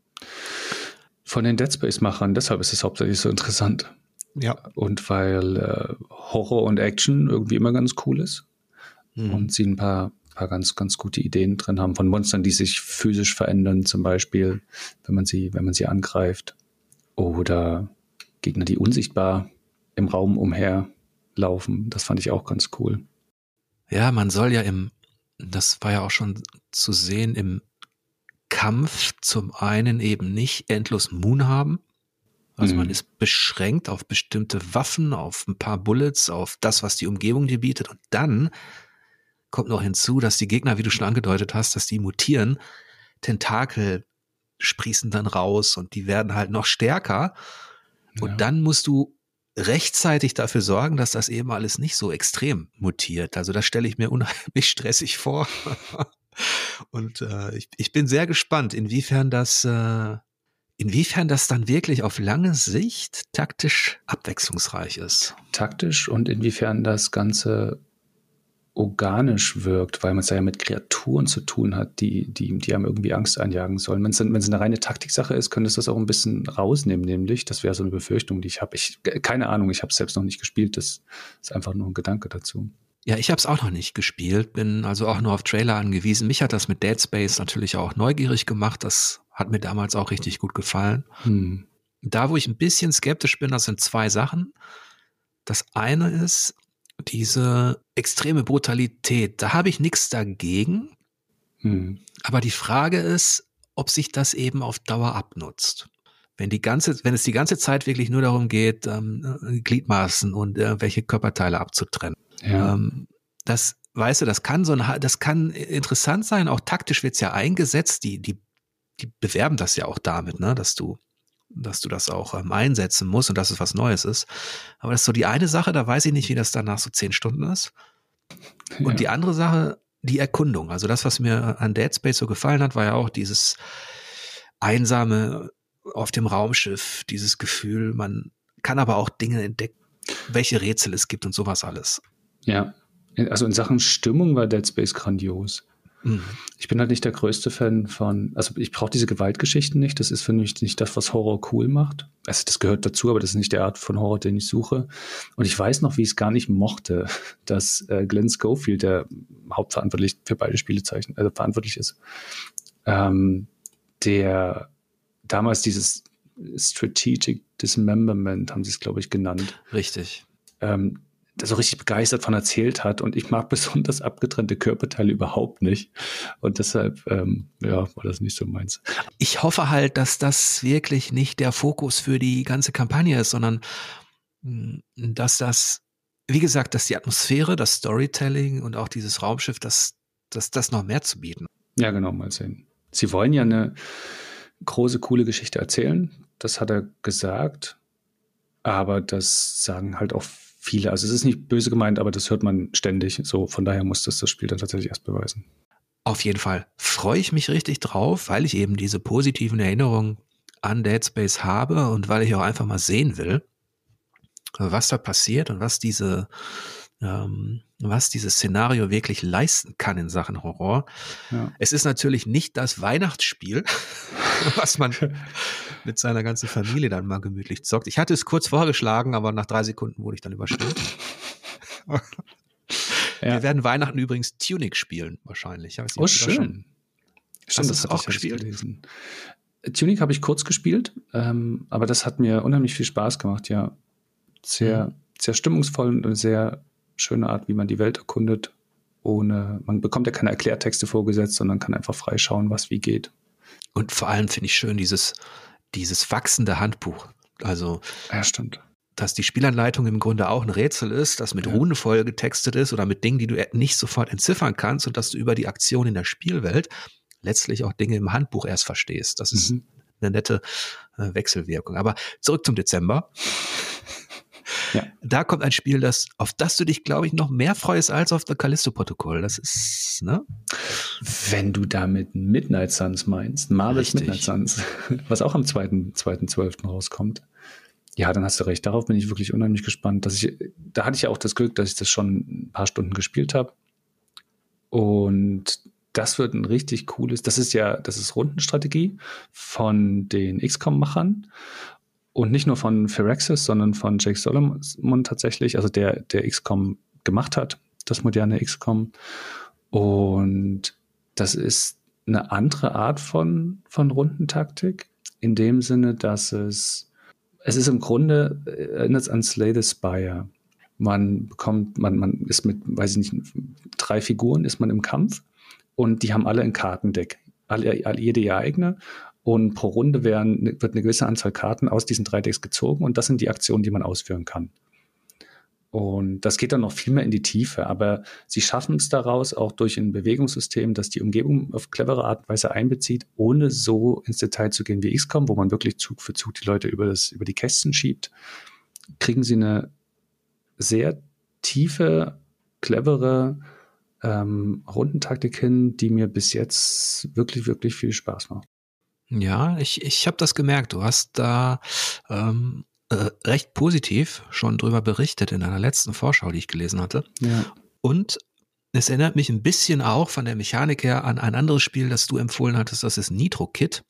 Von den Dead Space-Machern, deshalb ist es hauptsächlich so interessant. Ja. Und weil Horror und Action irgendwie immer ganz cool ist. Und sie ein paar ganz, ganz gute Ideen drin haben von Monstern, die sich physisch verändern, zum Beispiel, wenn man sie angreift. Oder Gegner, die unsichtbar im Raum umherlaufen. Das fand ich auch ganz cool. Ja, man soll ja das war ja auch schon zu sehen, im Kampf zum einen eben nicht endlos Moon haben. Also man ist beschränkt auf bestimmte Waffen, auf ein paar Bullets, auf das, was die Umgebung dir bietet. Und dann kommt noch hinzu, dass die Gegner, wie du schon angedeutet hast, dass die mutieren, Tentakel sprießen dann raus und die werden halt noch stärker. Ja. Und dann musst du rechtzeitig dafür sorgen, dass das eben alles nicht so extrem mutiert. Also das stelle ich mir unheimlich stressig vor. Und ich bin sehr gespannt, inwiefern das dann wirklich auf lange Sicht taktisch abwechslungsreich ist. Taktisch und inwiefern das Ganze organisch wirkt, weil man es ja mit Kreaturen zu tun hat, die einem irgendwie Angst einjagen sollen. Wenn es eine reine Taktiksache ist, könnte es das auch ein bisschen rausnehmen, nämlich. Das wäre so eine Befürchtung, die ich habe. Keine Ahnung, ich habe es selbst noch nicht gespielt. Das ist einfach nur ein Gedanke dazu. Ja, ich habe es auch noch nicht gespielt, bin also auch nur auf Trailer angewiesen. Mich hat das mit Dead Space natürlich auch neugierig gemacht. Das hat mir damals auch richtig gut gefallen. Da, wo ich ein bisschen skeptisch bin, das sind 2 Sachen. Das eine ist diese extreme Brutalität. Da habe ich nichts dagegen. Aber die Frage ist, ob sich das eben auf Dauer abnutzt. Wenn es die ganze Zeit wirklich nur darum geht, Gliedmaßen und welche Körperteile abzutrennen. Ja. Das kann interessant sein. Auch taktisch wird es ja eingesetzt. Die bewerben das ja auch damit, ne, dass du das auch einsetzen musst und dass es was Neues ist. Aber das ist so die eine Sache, da weiß ich nicht, wie das danach so 10 Stunden ist. Und die andere Sache, die Erkundung. Also das, was mir an Dead Space so gefallen hat, war ja auch dieses einsame auf dem Raumschiff, dieses Gefühl, man kann aber auch Dinge entdecken, welche Rätsel es gibt und sowas alles. Ja, also in Sachen Stimmung war Dead Space grandios. Ich bin halt nicht der größte Fan also ich brauche diese Gewaltgeschichten nicht. Das ist für mich nicht das, was Horror cool macht. Also das gehört dazu, aber das ist nicht die Art von Horror, den ich suche. Und ich weiß noch, wie ich es gar nicht mochte, dass Glenn Schofield, der hauptverantwortlich für beide Spiele verantwortlich ist, der damals dieses Strategic Dismemberment, haben sie es, glaube ich, genannt. Richtig. Da so richtig begeistert von erzählt hat. Und ich mag besonders abgetrennte Körperteile überhaupt nicht. Und deshalb, war das nicht so meins. Ich hoffe halt, dass das wirklich nicht der Fokus für die ganze Kampagne ist, sondern dass das, wie gesagt, dass die Atmosphäre, das Storytelling und auch dieses Raumschiff, dass das noch mehr zu bieten. Ja, genau, mal sehen. Sie wollen ja eine große, coole Geschichte erzählen. Das hat er gesagt. Aber das sagen halt auch viele. Also es ist nicht böse gemeint, aber das hört man ständig. So, von daher muss das Spiel dann tatsächlich erst beweisen. Auf jeden Fall freue ich mich richtig drauf, weil ich eben diese positiven Erinnerungen an Dead Space habe und weil ich auch einfach mal sehen will, was da passiert und was dieses Szenario wirklich leisten kann in Sachen Horror. Ja. Es ist natürlich nicht das Weihnachtsspiel, was man mit seiner ganzen Familie dann mal gemütlich zockt. Ich hatte es kurz vorgeschlagen, aber nach 3 Sekunden wurde ich dann überstimmt. Ja. Wir werden Weihnachten übrigens Tunic spielen, wahrscheinlich. Schön. Stimmt, hast du das auch gespielt? Tunic habe ich kurz gespielt, aber das hat mir unheimlich viel Spaß gemacht, ja. Sehr, sehr stimmungsvoll und eine sehr schöne Art, wie man die Welt erkundet. man bekommt ja keine Erklärtexte vorgesetzt, sondern kann einfach frei schauen, was wie geht. Und vor allem finde ich schön dieses wachsende Handbuch. Also, ja, stimmt. Dass die Spielanleitung im Grunde auch ein Rätsel ist, das mit Runen voll getextet ist oder mit Dingen, die du nicht sofort entziffern kannst und dass du über die Aktion in der Spielwelt letztlich auch Dinge im Handbuch erst verstehst. Das ist eine nette Wechselwirkung. Aber zurück zum Dezember. Ja. Da kommt ein Spiel, auf das du dich, glaube ich, noch mehr freust als auf das Callisto-Protokoll. Das ist, ne? Wenn du damit Midnight Suns meinst, Marvel's Midnight Suns, was auch am 2.12. rauskommt. Ja, dann hast du recht. Darauf bin ich wirklich unheimlich gespannt. Da hatte ich ja auch das Glück, dass ich das schon ein paar Stunden gespielt habe. Und das wird ein richtig cooles, das ist Rundenstrategie von den XCOM-Machern. Und nicht nur von Firaxis, sondern von Jake Solomon tatsächlich, also der XCOM gemacht hat, das moderne XCOM. Und das ist eine andere Art von Rundentaktik, in dem Sinne, dass es ist im Grunde, erinnert es an Slay the Spire. Man ist mit, weiß ich nicht, 3 Figuren ist man im Kampf und die haben alle ein Kartendeck. Jede ihr eigene. Und pro Runde wird eine gewisse Anzahl Karten aus diesen 3 Decks gezogen und das sind die Aktionen, die man ausführen kann. Und das geht dann noch viel mehr in die Tiefe, aber sie schaffen es daraus auch durch ein Bewegungssystem, das die Umgebung auf clevere Art und Weise einbezieht, ohne so ins Detail zu gehen wie XCOM, wo man wirklich Zug für Zug die Leute über die Kästen schiebt, kriegen sie eine sehr tiefe, clevere Rundentaktik hin, die mir bis jetzt wirklich, wirklich viel Spaß macht. Ja, ich habe das gemerkt. Du hast da recht positiv schon drüber berichtet in einer letzten Vorschau, die ich gelesen hatte. Ja. Und es erinnert mich ein bisschen auch von der Mechanik her an ein anderes Spiel, das du empfohlen hattest, das ist Nitro Kid.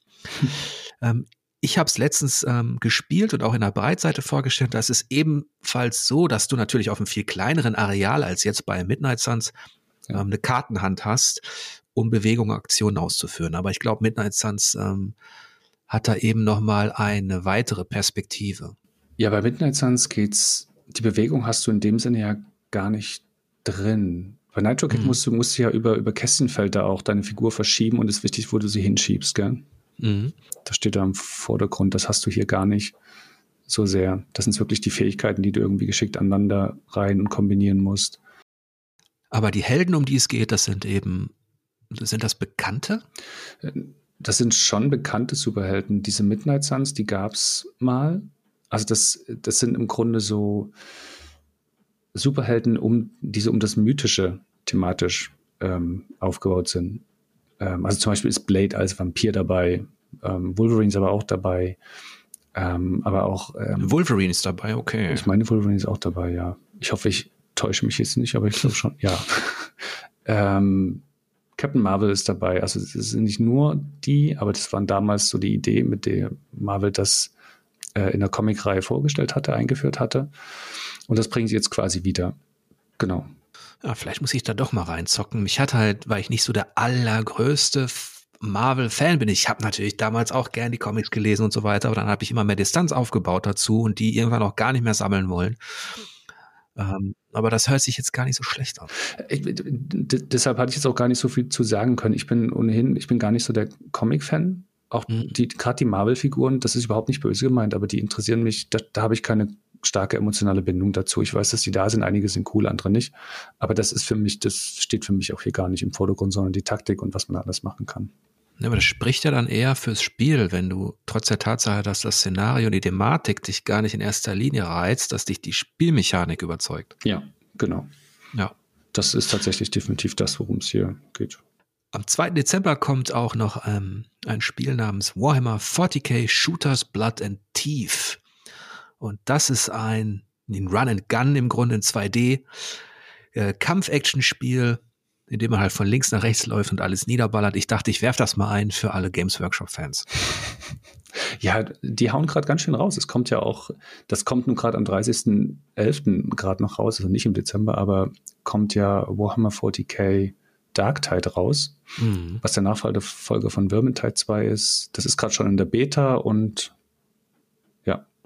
Ich habe es letztens gespielt und auch in der Breitseite vorgestellt. Das ist ebenfalls so, dass du natürlich auf einem viel kleineren Areal als jetzt bei Midnight Suns eine Kartenhand hast, um Bewegungen, Aktionen auszuführen. Aber ich glaube, Midnight Suns hat da eben nochmal eine weitere Perspektive. Ja, bei Midnight Suns die Bewegung hast du in dem Sinne ja gar nicht drin. Bei Nitro Kid musst du ja über Kästchenfelder auch deine Figur verschieben und es ist wichtig, wo du sie hinschiebst, gell? Das steht da im Vordergrund, das hast du hier gar nicht so sehr. Das sind wirklich die Fähigkeiten, die du irgendwie geschickt aneinander rein und kombinieren musst. Aber die Helden, um die es geht, sind das Bekannte? Das sind schon bekannte Superhelden. Diese Midnight Suns, die gab es mal. Also das sind im Grunde so Superhelden, die so um das Mythische thematisch aufgebaut sind. Also zum Beispiel ist Blade als Vampir dabei, Wolverine ist aber auch dabei, aber auch Wolverine ist dabei, okay. Ich meine, Wolverine ist auch dabei, ja. Ich hoffe, ich täusche mich jetzt nicht, aber ich glaube schon, ja. Captain Marvel ist dabei, also es sind nicht nur die, aber das war damals so die Idee, mit der Marvel das in der Comicreihe eingeführt hatte. Und das bringen sie jetzt quasi wieder. Genau. Ja, vielleicht muss ich da doch mal reinzocken. Mich hat halt, weil ich nicht so der allergrößte Marvel-Fan bin. Ich habe natürlich damals auch gern die Comics gelesen und so weiter, aber dann habe ich immer mehr Distanz aufgebaut dazu und die irgendwann auch gar nicht mehr sammeln wollen. Aber das hört sich jetzt gar nicht so schlecht an. Deshalb hatte ich jetzt auch gar nicht so viel zu sagen können. Ich bin gar nicht so der Comic-Fan. Auch gerade die Marvel-Figuren, das ist überhaupt nicht böse gemeint, aber die interessieren mich, da habe ich keine starke emotionale Bindung dazu. Ich weiß, dass die da sind, einige sind cool, andere nicht. Aber das steht für mich auch hier gar nicht im Vordergrund, sondern die Taktik und was man alles machen kann. Ja, aber das spricht ja dann eher fürs Spiel, wenn du trotz der Tatsache, dass das Szenario, die Thematik dich gar nicht in erster Linie reizt, dass dich die Spielmechanik überzeugt. Ja, genau. Ja. Das ist tatsächlich definitiv das, worum es hier geht. Am 2. Dezember kommt auch noch ein Spiel namens Warhammer 40k Shooters Blood and Teeth. Und das ist ein Run and Gun im Grunde in 2D Kampf-Action-Spiel, in dem man halt von links nach rechts läuft und alles niederballert. Ich dachte, ich werfe das mal ein für alle Games Workshop-Fans. Ja, die hauen gerade ganz schön raus. Das kommt nun gerade am 30.11. gerade noch raus, also nicht im Dezember, aber kommt ja Warhammer 40k Darktide raus, was der Nachfolger von Vermintide 2 ist. Das ist gerade schon in der Beta und ja,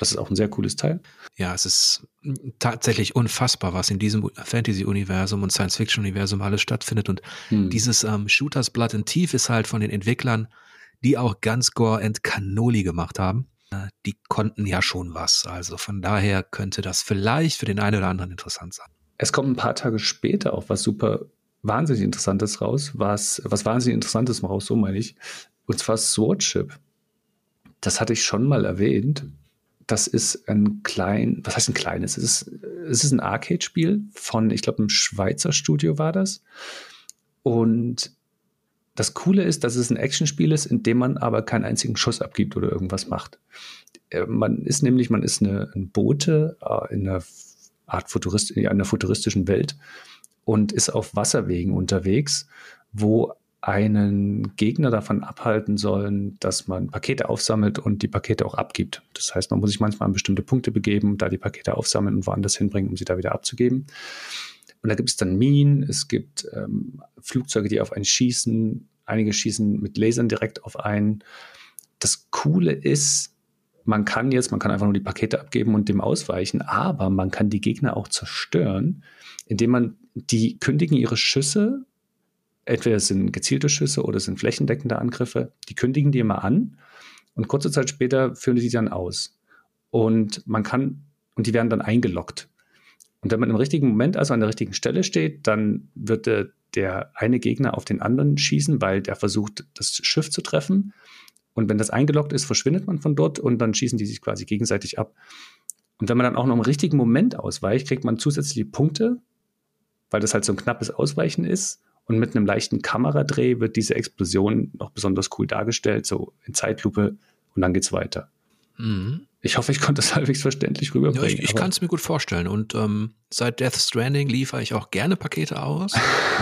Das ist auch ein sehr cooles Teil. Ja, es ist tatsächlich unfassbar, was in diesem Fantasy-Universum und Science-Fiction-Universum alles stattfindet. Und dieses Shooters Blood and Thief ist halt von den Entwicklern, die auch Gunscore and Cannoli gemacht haben. Die konnten ja schon was. Also von daher könnte das vielleicht für den einen oder anderen interessant sein. Es kommt ein paar Tage später auch was super wahnsinnig Interessantes raus. Was wahnsinnig Interessantes raus, so meine ich. Und zwar Swordship. Das hatte ich schon mal erwähnt. Das ist was heißt ein kleines? Es ist ein Arcade-Spiel von, ich glaube, einem Schweizer Studio war das. Und das Coole ist, dass es ein Actionspiel ist, in dem man aber keinen einzigen Schuss abgibt oder irgendwas macht. Man ist ein Bote in einer einer futuristischen Welt und ist auf Wasserwegen unterwegs, wo einen Gegner davon abhalten sollen, dass man Pakete aufsammelt und die Pakete auch abgibt. Das heißt, man muss sich manchmal an bestimmte Punkte begeben, da die Pakete aufsammeln und woanders hinbringen, um sie da wieder abzugeben. Und da gibt es dann Minen, es gibt Flugzeuge, die auf einen schießen, einige schießen mit Lasern direkt auf einen. Das Coole ist, man kann einfach nur die Pakete abgeben und dem ausweichen, aber man kann die Gegner auch zerstören, indem die kündigen ihre Schüsse. Entweder es sind gezielte Schüsse oder es sind flächendeckende Angriffe. Die kündigen die immer an und kurze Zeit später führen die dann aus. Und die werden dann eingeloggt. Und wenn man im richtigen Moment, also an der richtigen Stelle steht, dann wird der eine Gegner auf den anderen schießen, weil der versucht, das Schiff zu treffen. Und wenn das eingeloggt ist, verschwindet man von dort und dann schießen die sich quasi gegenseitig ab. Und wenn man dann auch noch im richtigen Moment ausweicht, kriegt man zusätzliche Punkte, weil das halt so ein knappes Ausweichen ist. Und mit einem leichten Kameradreh wird diese Explosion noch besonders cool dargestellt, so in Zeitlupe, und dann geht's weiter. Mhm. Ich hoffe, ich konnte das halbwegs verständlich rüberbringen. Ja, ich kann es mir gut vorstellen. Und seit Death Stranding liefere ich auch gerne Pakete aus.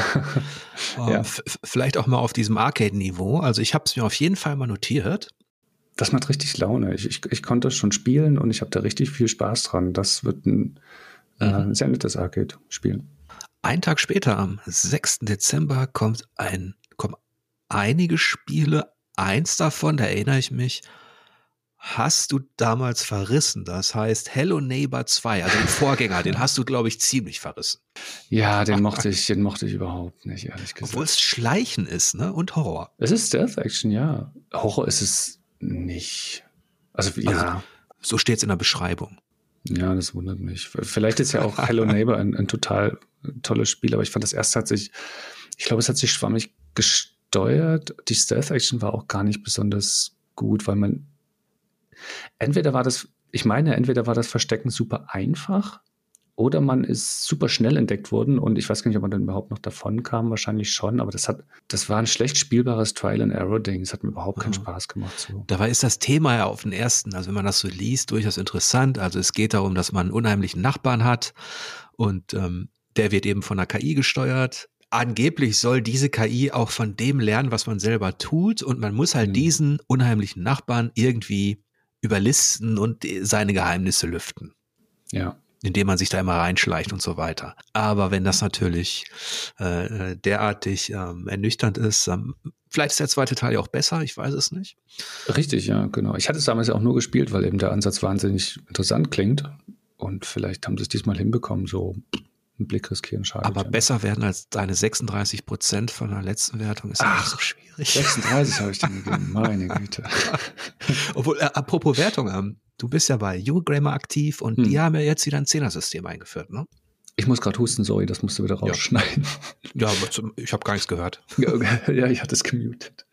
Ja. Vielleicht auch mal auf diesem Arcade-Niveau. Also ich habe es mir auf jeden Fall mal notiert. Das macht richtig Laune. Ich konnte das schon spielen und ich habe da richtig viel Spaß dran. Das wird ein sehr nettes Arcade-Spiel. Einen Tag später, am 6. Dezember, kommen einige Spiele. Eins davon, da erinnere ich mich, hast du damals verrissen. Das heißt Hello Neighbor 2, also den Vorgänger, den hast du, glaube ich, ziemlich verrissen. Ja, den mochte ich überhaupt nicht, ehrlich gesagt. Obwohl es Schleichen ist, ne? Und Horror. Es ist Stealth Action, ja. Horror ist es nicht. Also so steht es in der Beschreibung. Ja, das wundert mich. Vielleicht ist ja auch Hello Neighbor ein total tolles Spiel, aber ich fand das erst es hat sich schwammig gesteuert. Die Stealth-Action war auch gar nicht besonders gut, weil entweder war das Verstecken super einfach oder man ist super schnell entdeckt worden und ich weiß gar nicht, ob man dann überhaupt noch davon kam, wahrscheinlich schon, aber das war ein schlecht spielbares Trial-and-Error-Ding. Es hat mir überhaupt keinen Spaß gemacht. So. Dabei ist das Thema ja auf den ersten, also wenn man das so liest, durchaus interessant. Also es geht darum, dass man einen unheimlichen Nachbarn hat und der wird eben von einer KI gesteuert. Angeblich soll diese KI auch von dem lernen, was man selber tut und man muss halt diesen unheimlichen Nachbarn irgendwie überlisten und seine Geheimnisse lüften. Ja. Indem man sich da immer reinschleicht und so weiter. Aber wenn das natürlich derartig ernüchternd ist, vielleicht ist der zweite Teil ja auch besser, ich weiß es nicht. Richtig, ja, genau. Ich hatte es damals ja auch nur gespielt, weil eben der Ansatz wahnsinnig interessant klingt und vielleicht haben sie es diesmal hinbekommen, so einen Blick riskieren schadet. Aber besser werden als deine 36% von der letzten Wertung ist ja nicht so schwierig. 36 habe ich dann gegeben, meine Güte. Obwohl, apropos Wertung, du bist ja bei Eurogamer aktiv und die haben ja jetzt wieder ein 10er-System eingeführt, ne? Ich muss gerade husten, sorry, das musst du wieder rausschneiden. Ja, aber ich habe gar nichts gehört. Ja, ich hatte es gemutet.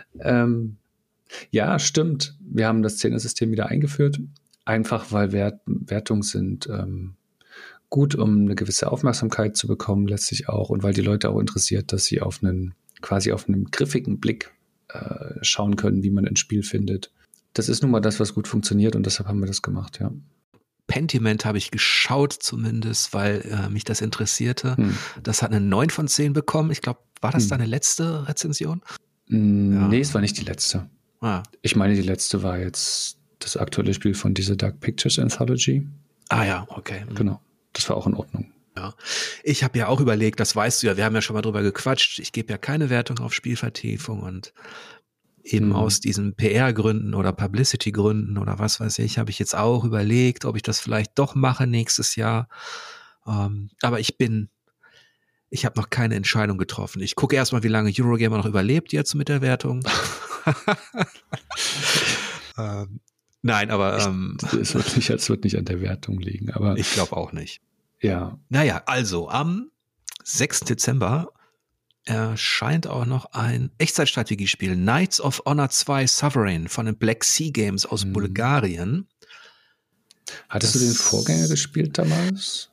Ja, stimmt. Wir haben das 10er-System wieder eingeführt. Einfach, weil Wertungen sind gut, um eine gewisse Aufmerksamkeit zu bekommen, letztlich auch. Und weil die Leute auch interessiert, dass sie quasi auf einen griffigen Blick schauen können, wie man ein Spiel findet. Das ist nun mal das, was gut funktioniert und deshalb haben wir das gemacht, ja. Pentiment habe ich geschaut zumindest, weil mich das interessierte. Das hat eine 9 von 10 bekommen. Ich glaube, war das deine letzte Rezension? Nee, es war nicht die letzte. Ah. Ich meine, die letzte war jetzt das aktuelle Spiel von dieser Dark Pictures Anthology. Ah ja, okay. Genau, das war auch in Ordnung. Ja, ich habe ja auch überlegt, das weißt du ja, wir haben ja schon mal drüber gequatscht, ich gebe ja keine Wertung auf Spielvertiefung und eben aus diesen PR-Gründen oder Publicity-Gründen oder was weiß ich, habe ich jetzt auch überlegt, ob ich das vielleicht doch mache nächstes Jahr. Aber ich habe noch keine Entscheidung getroffen. Ich gucke erstmal, wie lange Eurogamer noch überlebt jetzt mit der Wertung. Nein, aber es wird nicht an der Wertung liegen, aber ich glaube auch nicht. Ja. Naja, also am 6. Dezember erscheint auch noch ein Echtzeitstrategiespiel, Knights of Honor 2 Sovereign von den Black Sea Games aus Bulgarien. Hattest du den Vorgänger gespielt damals?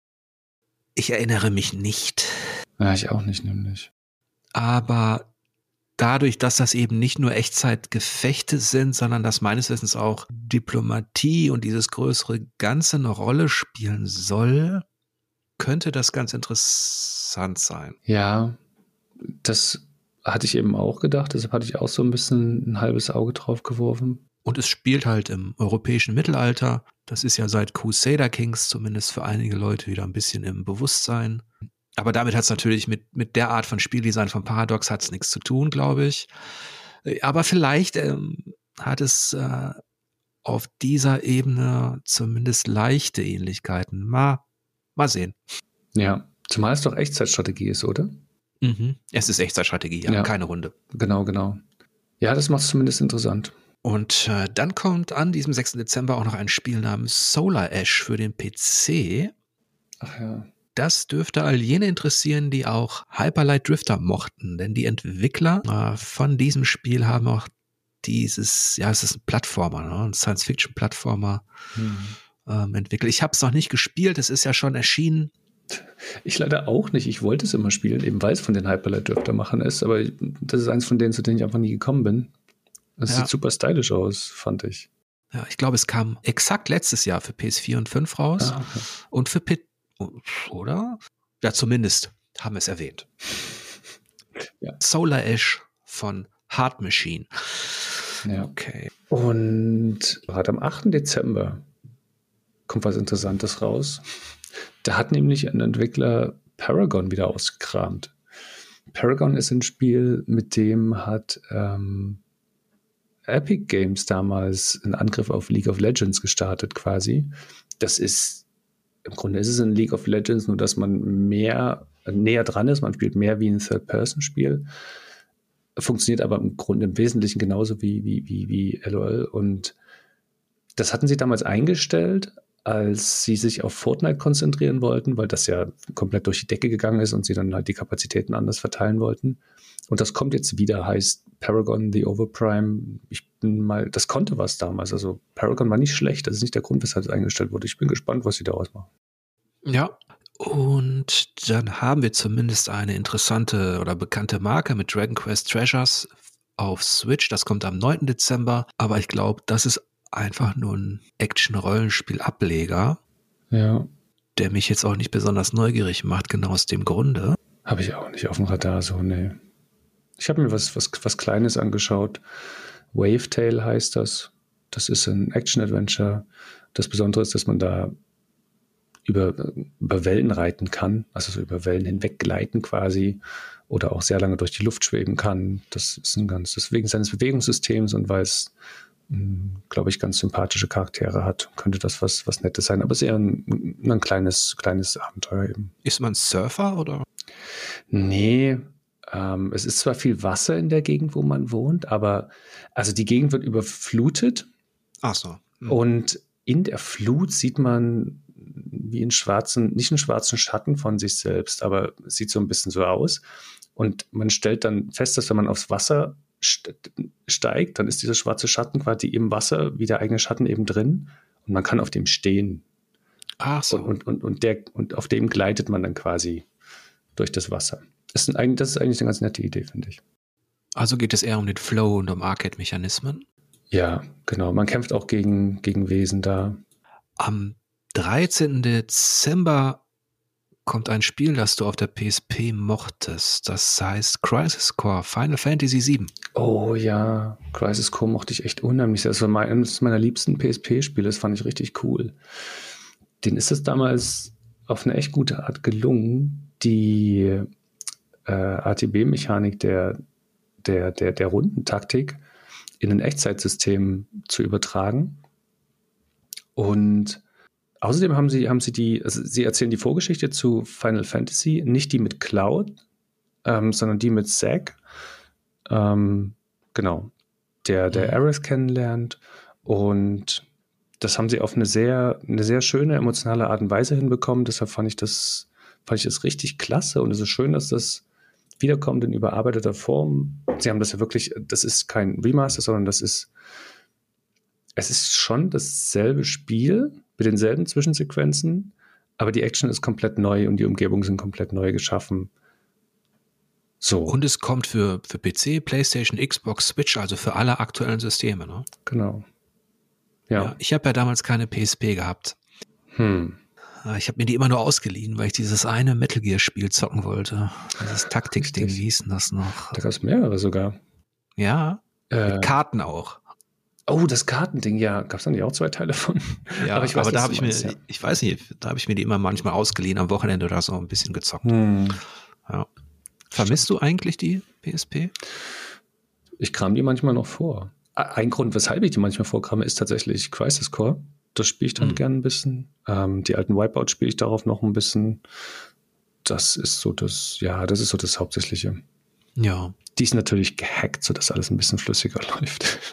Ich erinnere mich nicht. Ja, ich auch nicht, nämlich. Aber dadurch, dass das eben nicht nur Echtzeitgefechte sind, sondern dass meines Wissens auch Diplomatie und dieses größere Ganze eine Rolle spielen soll, könnte das ganz interessant sein. Ja, das hatte ich eben auch gedacht, deshalb hatte ich auch so ein bisschen ein halbes Auge drauf geworfen. Und es spielt halt im europäischen Mittelalter. Das ist ja seit Crusader Kings zumindest für einige Leute wieder ein bisschen im Bewusstsein. Aber damit hat es natürlich mit der Art von Spieldesign von Paradox hat's nichts zu tun, glaube ich. Aber vielleicht hat es auf dieser Ebene zumindest leichte Ähnlichkeiten. Mal sehen. Ja, zumal es doch Echtzeitstrategie ist, oder? Es ist Echtzeitstrategie, ja, keine Runde. Genau. Ja, das macht es zumindest interessant. Und dann kommt an diesem 6. Dezember auch noch ein Spiel namens Solar Ash für den PC. Ach ja. Das dürfte all jene interessieren, die auch Hyper Light Drifter mochten, denn die Entwickler von diesem Spiel haben auch dieses, ja, es ist ein Plattformer, ne? Ein Science-Fiction-Plattformer entwickelt. Ich habe es noch nicht gespielt, es ist ja schon erschienen. Ich leider auch nicht. Ich wollte es immer spielen, eben weil es von den Hyper Light Drifter Machern ist, aber das ist eins von denen, zu denen ich einfach nie gekommen bin. Das sieht super stylisch aus, fand ich. Ja, ich glaube, es kam exakt letztes Jahr für PS4 und 5 raus und für oder? Ja, zumindest haben wir es erwähnt. Ja. Solar Ash von Hard Machine. Ja. Okay. Und gerade am 8. Dezember kommt was Interessantes raus. Da hat nämlich ein Entwickler Paragon wieder ausgekramt. Paragon ist ein Spiel, mit dem hat Epic Games damals einen Angriff auf League of Legends gestartet quasi. Im Grunde ist es ein League of Legends, nur dass man näher dran ist. Man spielt mehr wie ein Third-Person-Spiel. Funktioniert aber im Grunde im Wesentlichen genauso wie LOL. Und das hatten sie damals eingestellt, als sie sich auf Fortnite konzentrieren wollten, weil das ja komplett durch die Decke gegangen ist und sie dann halt die Kapazitäten anders verteilen wollten. Und das kommt jetzt wieder, heißt Paragon The Overprime. Das konnte was damals. Also Paragon war nicht schlecht. Das ist nicht der Grund, weshalb es eingestellt wurde. Ich bin gespannt, was sie daraus machen. Ja, und dann haben wir zumindest eine interessante oder bekannte Marke mit Dragon Quest Treasures auf Switch. Das kommt am 9. Dezember. Aber ich glaube, das ist einfach nur ein Action-Rollenspiel-Ableger. Ja. Der mich jetzt auch nicht besonders neugierig macht, genau aus dem Grunde. Habe ich auch nicht auf dem Radar, so, nee. Ich habe mir was Kleines angeschaut. Wavetail heißt das. Das ist ein Action-Adventure. Das Besondere ist, dass man da über Wellen reiten kann, also so über Wellen hinweg gleiten quasi oder auch sehr lange durch die Luft schweben kann. Das ist wegen seines Bewegungssystems und weil es, glaube ich, ganz sympathische Charaktere hat, könnte das was Nettes sein. Aber es ist eher ein kleines Abenteuer eben. Ist man Surfer oder? Nee, es ist zwar viel Wasser in der Gegend, wo man wohnt, aber also die Gegend wird überflutet. Ach so. Und in der Flut sieht man wie nicht einen schwarzen Schatten von sich selbst, aber es sieht so ein bisschen so aus. Und man stellt dann fest, dass wenn man aufs Wasser steigt, dann ist dieser schwarze Schatten quasi im Wasser, wie der eigene Schatten eben drin. Und man kann auf dem stehen. Ach so. Und auf dem gleitet man dann quasi durch das Wasser. Das ist eigentlich eine ganz nette Idee, finde ich. Also geht es eher um den Flow und um Arcade-Mechanismen? Ja, genau. Man kämpft auch gegen Wesen da. Am 13. Dezember kommt ein Spiel, das du auf der PSP mochtest. Das heißt Crisis Core Final Fantasy VII. Oh ja, Crisis Core mochte ich echt unheimlich. Das war eines meiner liebsten PSP-Spiele. Das fand ich richtig cool. Denen ist es damals auf eine echt gute Art gelungen, die ATB-Mechanik der der Rundentaktik in ein Echtzeitsystem zu übertragen. Und außerdem haben sie sie erzählen die Vorgeschichte zu Final Fantasy, nicht die mit Cloud, sondern die mit Zack. Genau. Der Aerith kennenlernt. Und das haben sie auf eine sehr schöne, emotionale Art und Weise hinbekommen. Deshalb fand ich das richtig klasse. Und es ist schön, dass das wiederkommt in überarbeiteter Form. Sie haben das ja wirklich, das ist kein Remaster, sondern es ist schon dasselbe Spiel mit denselben Zwischensequenzen, aber die Action ist komplett neu und die Umgebungen sind komplett neu geschaffen. So. Und es kommt für PC, PlayStation, Xbox, Switch, also für alle aktuellen Systeme, ne? Genau. Ja, ich habe ja damals keine PSP gehabt. Ich habe mir die immer nur ausgeliehen, weil ich dieses eine Metal Gear Spiel zocken wollte. Dieses Taktikding, wie hieß denn das noch? Da gab es mehrere sogar. Ja, mit Karten auch. Oh, das Kartending, ja. Gab es da nicht auch 2 Teile von? Ja, aber da habe ich mir, ich weiß nicht, da habe ich mir die immer manchmal ausgeliehen, am Wochenende oder so ein bisschen gezockt. Ja. Vermisst du eigentlich die PSP? Ich kram die manchmal noch vor. Ein Grund, weshalb ich die manchmal vorkrame, ist tatsächlich Crisis Core. Das spiele ich dann gerne ein bisschen. Die alten Wipeout spiele ich darauf noch ein bisschen. Das ist so das Hauptsächliche. Ja. Die ist natürlich gehackt, sodass alles ein bisschen flüssiger läuft.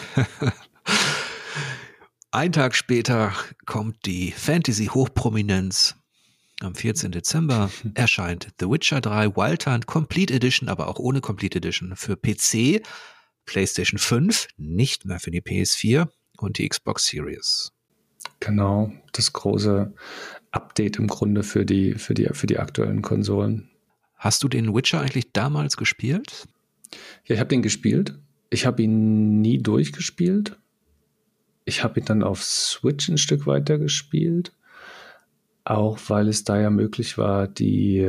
Ein Tag später kommt die Fantasy-Hochprominenz. Am 14. Dezember erscheint The Witcher 3 Wild Hunt Complete Edition, aber auch ohne Complete Edition für PC, PlayStation 5, nicht mehr für die PS4 und die Xbox Series. Genau, das große Update im Grunde für die aktuellen Konsolen. Hast du den Witcher eigentlich damals gespielt? Ja, ich habe den gespielt. Ich habe ihn nie durchgespielt. Ich habe ihn dann auf Switch ein Stück weiter gespielt. Auch weil es da ja möglich war, die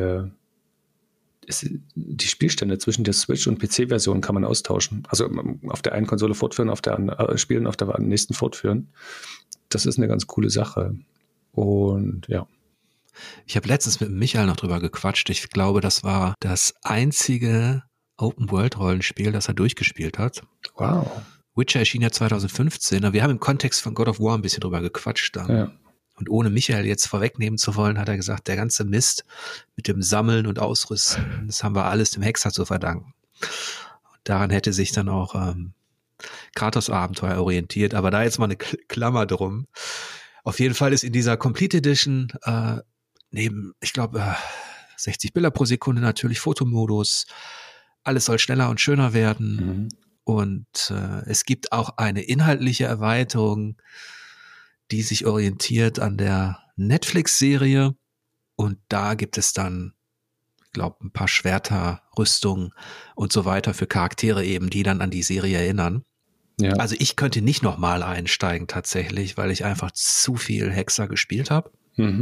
Spielstände zwischen der Switch- und PC-Version kann man austauschen. Also auf der einen Konsole fortführen, auf der anderen spielen, auf der nächsten fortführen. Das ist eine ganz coole Sache. Und ja. Ich habe letztens mit Michael noch drüber gequatscht. Ich glaube, das war das einzige Open-World-Rollenspiel, das er durchgespielt hat. Wow. Witcher erschien ja 2015. Wir haben im Kontext von God of War ein bisschen drüber gequatscht. Ja. Und ohne Michael jetzt vorwegnehmen zu wollen, hat er gesagt, der ganze Mist mit dem Sammeln und Ausrüsten, das haben wir alles dem Hexer zu verdanken. Und daran hätte sich dann auch Kratos Abenteuer orientiert. Aber da jetzt mal eine Klammer drum. Auf jeden Fall ist in dieser Complete Edition neben, ich glaube, 60 Bilder pro Sekunde natürlich Fotomodus. Alles soll schneller und schöner werden. Und es gibt auch eine inhaltliche Erweiterung, die sich orientiert an der Netflix-Serie. Und da gibt es dann, ich glaube, ein paar Schwerter, Rüstungen und so weiter für Charaktere eben, die dann an die Serie erinnern. Ja. Also ich könnte nicht nochmal einsteigen tatsächlich, weil ich einfach zu viel Hexer gespielt habe.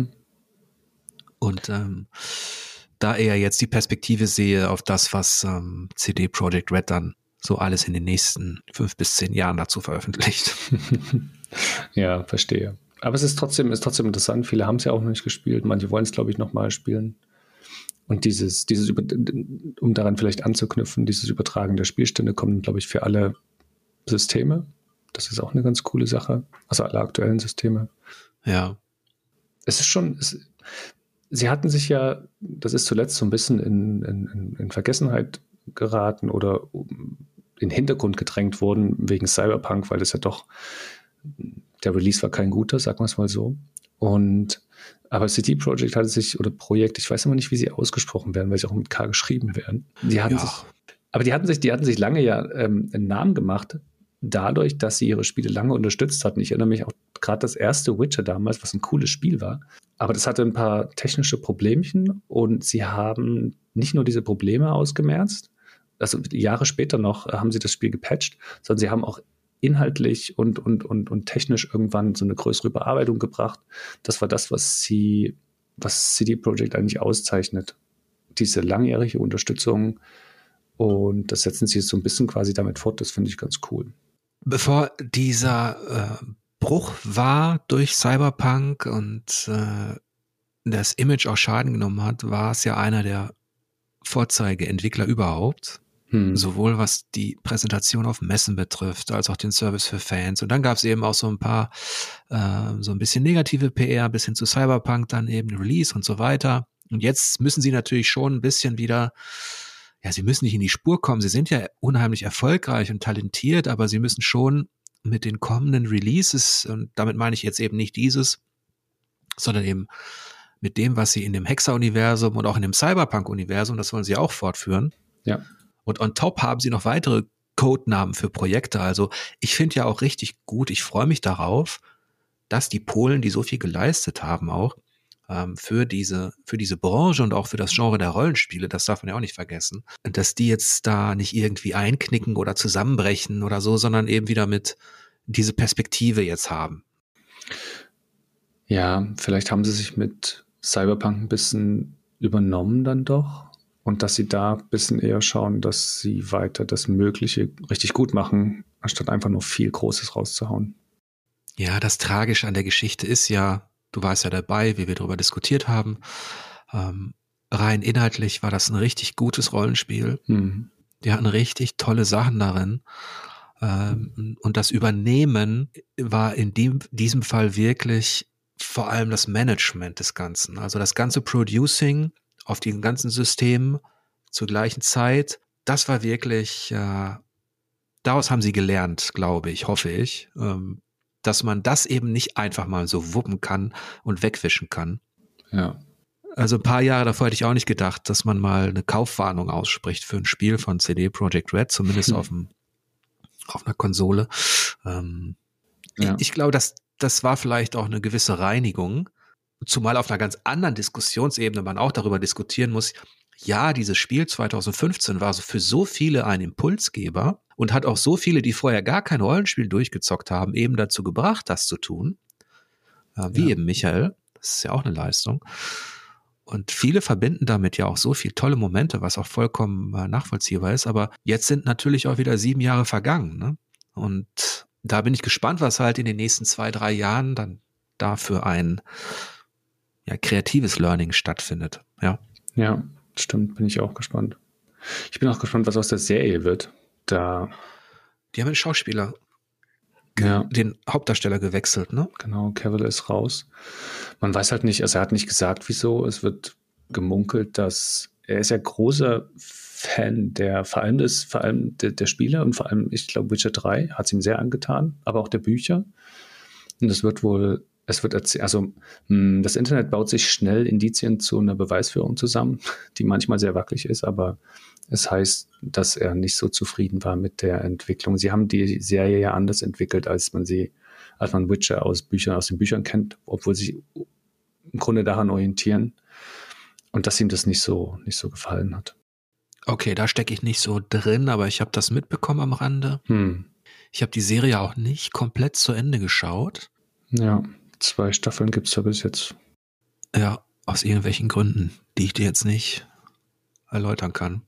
Und da eher jetzt die Perspektive sehe auf das, was CD Projekt Red dann so alles in den nächsten 5 bis 10 Jahren dazu veröffentlicht. Ja, verstehe. Aber es ist trotzdem interessant. Viele haben es ja auch noch nicht gespielt. Manche wollen es, glaube ich, nochmal spielen. Und um daran vielleicht anzuknüpfen, dieses Übertragen der Spielstände kommt, glaube ich, für alle Systeme. Das ist auch eine ganz coole Sache. Also alle aktuellen Systeme. Ja. Es ist schon, sie hatten sich ja, das ist zuletzt so ein bisschen in Vergessenheit geraten oder in den Hintergrund gedrängt worden wegen Cyberpunk, weil das ja doch, der Release war kein guter, sagen wir es mal so. Aber CD Projekt hatte sich, oder Projekt, ich weiß immer nicht, wie sie ausgesprochen werden, weil sie auch mit K geschrieben werden. Die hatten sich lange ja einen Namen gemacht, dadurch, dass sie ihre Spiele lange unterstützt hatten. Ich erinnere mich auch gerade das erste Witcher damals, was ein cooles Spiel war. Aber das hatte ein paar technische Problemchen und sie haben nicht nur diese Probleme ausgemerzt, also Jahre später noch haben sie das Spiel gepatcht, sondern sie haben auch inhaltlich und technisch irgendwann so eine größere Überarbeitung gebracht. Das war das, was CD Projekt eigentlich auszeichnet. Diese langjährige Unterstützung, und das setzen sie jetzt so ein bisschen quasi damit fort. Das finde ich ganz cool. Bevor dieser Bruch war durch Cyberpunk und das Image auch Schaden genommen hat, war es ja einer der Vorzeigeentwickler überhaupt. Sowohl was die Präsentation auf Messen betrifft, als auch den Service für Fans. Und dann gab es eben auch so ein paar, so ein bisschen negative PR, bis hin zu Cyberpunk, dann eben Release und so weiter. Und jetzt müssen sie natürlich schon ein bisschen wieder, ja, sie müssen nicht in die Spur kommen. Sie sind ja unheimlich erfolgreich und talentiert, aber sie müssen schon mit den kommenden Releases, und damit meine ich jetzt eben nicht dieses, sondern eben mit dem, was sie in dem Hexer-Universum und auch in dem Cyberpunk-Universum, das wollen sie auch fortführen. Ja. Und on top haben sie noch weitere Codenamen für Projekte. Also ich finde ja auch richtig gut, ich freue mich darauf, dass die Polen, die so viel geleistet haben auch, für diese Branche und auch für das Genre der Rollenspiele, das darf man ja auch nicht vergessen, dass die jetzt da nicht irgendwie einknicken oder zusammenbrechen oder so, sondern eben wieder mit diese Perspektive jetzt haben. Ja, vielleicht haben sie sich mit Cyberpunk ein bisschen übernommen dann doch. Und dass sie da ein bisschen eher schauen, dass sie weiter das Mögliche richtig gut machen, anstatt einfach nur viel Großes rauszuhauen. Ja, das Tragische an der Geschichte ist ja, du warst ja dabei, wie wir darüber diskutiert haben, rein inhaltlich war das ein richtig gutes Rollenspiel. Die hatten richtig tolle Sachen darin. Und das Übernehmen war in diesem Fall wirklich vor allem das Management des Ganzen. Also das ganze Producing auf diesen ganzen Systemen zur gleichen Zeit, das war wirklich, daraus haben sie gelernt, glaube ich, hoffe ich, dass man das eben nicht einfach mal so wuppen kann und wegwischen kann. Ja. Also ein paar Jahre davor hätte ich auch nicht gedacht, dass man mal eine Kaufwarnung ausspricht für ein Spiel von CD Projekt Red, zumindest auf einer Konsole. Ich glaube, das war vielleicht auch eine gewisse Reinigung, zumal auf einer ganz anderen Diskussionsebene man auch darüber diskutieren muss, ja, dieses Spiel 2015 war für so viele ein Impulsgeber und hat auch so viele, die vorher gar kein Rollenspiel durchgezockt haben, eben dazu gebracht, das zu tun. Wie eben Michael, das ist ja auch eine Leistung. Und viele verbinden damit ja auch so viele tolle Momente, was auch vollkommen nachvollziehbar ist. Aber jetzt sind natürlich auch wieder 7 Jahre vergangen. Ne? Und da bin ich gespannt, was halt in den nächsten 2, 3 Jahren dann dafür ein kreatives Learning stattfindet. Ja, stimmt, bin ich auch gespannt. Ich bin auch gespannt, was aus der Serie wird. Die haben den Schauspieler, den Hauptdarsteller gewechselt, ne? Genau, Cavill ist raus. Man weiß halt nicht, also er hat nicht gesagt, wieso. Es wird gemunkelt, dass er ist ja großer Fan der Spiele und vor allem, ich glaube, Witcher 3 hat es ihm sehr angetan, aber auch der Bücher. Und das Internet baut sich schnell Indizien zu einer Beweisführung zusammen, die manchmal sehr wackelig ist, aber es heißt, dass er nicht so zufrieden war mit der Entwicklung. Sie haben die Serie ja anders entwickelt, als man Witcher aus den Büchern kennt, obwohl sie im Grunde daran orientieren. Und dass ihm das nicht so gefallen hat. Okay, da stecke ich nicht so drin, aber ich habe das mitbekommen am Rande. Ich habe die Serie auch nicht komplett zu Ende geschaut. Ja, 2 Staffeln gibt es ja bis jetzt. Ja, aus irgendwelchen Gründen, die ich dir jetzt nicht erläutern kann.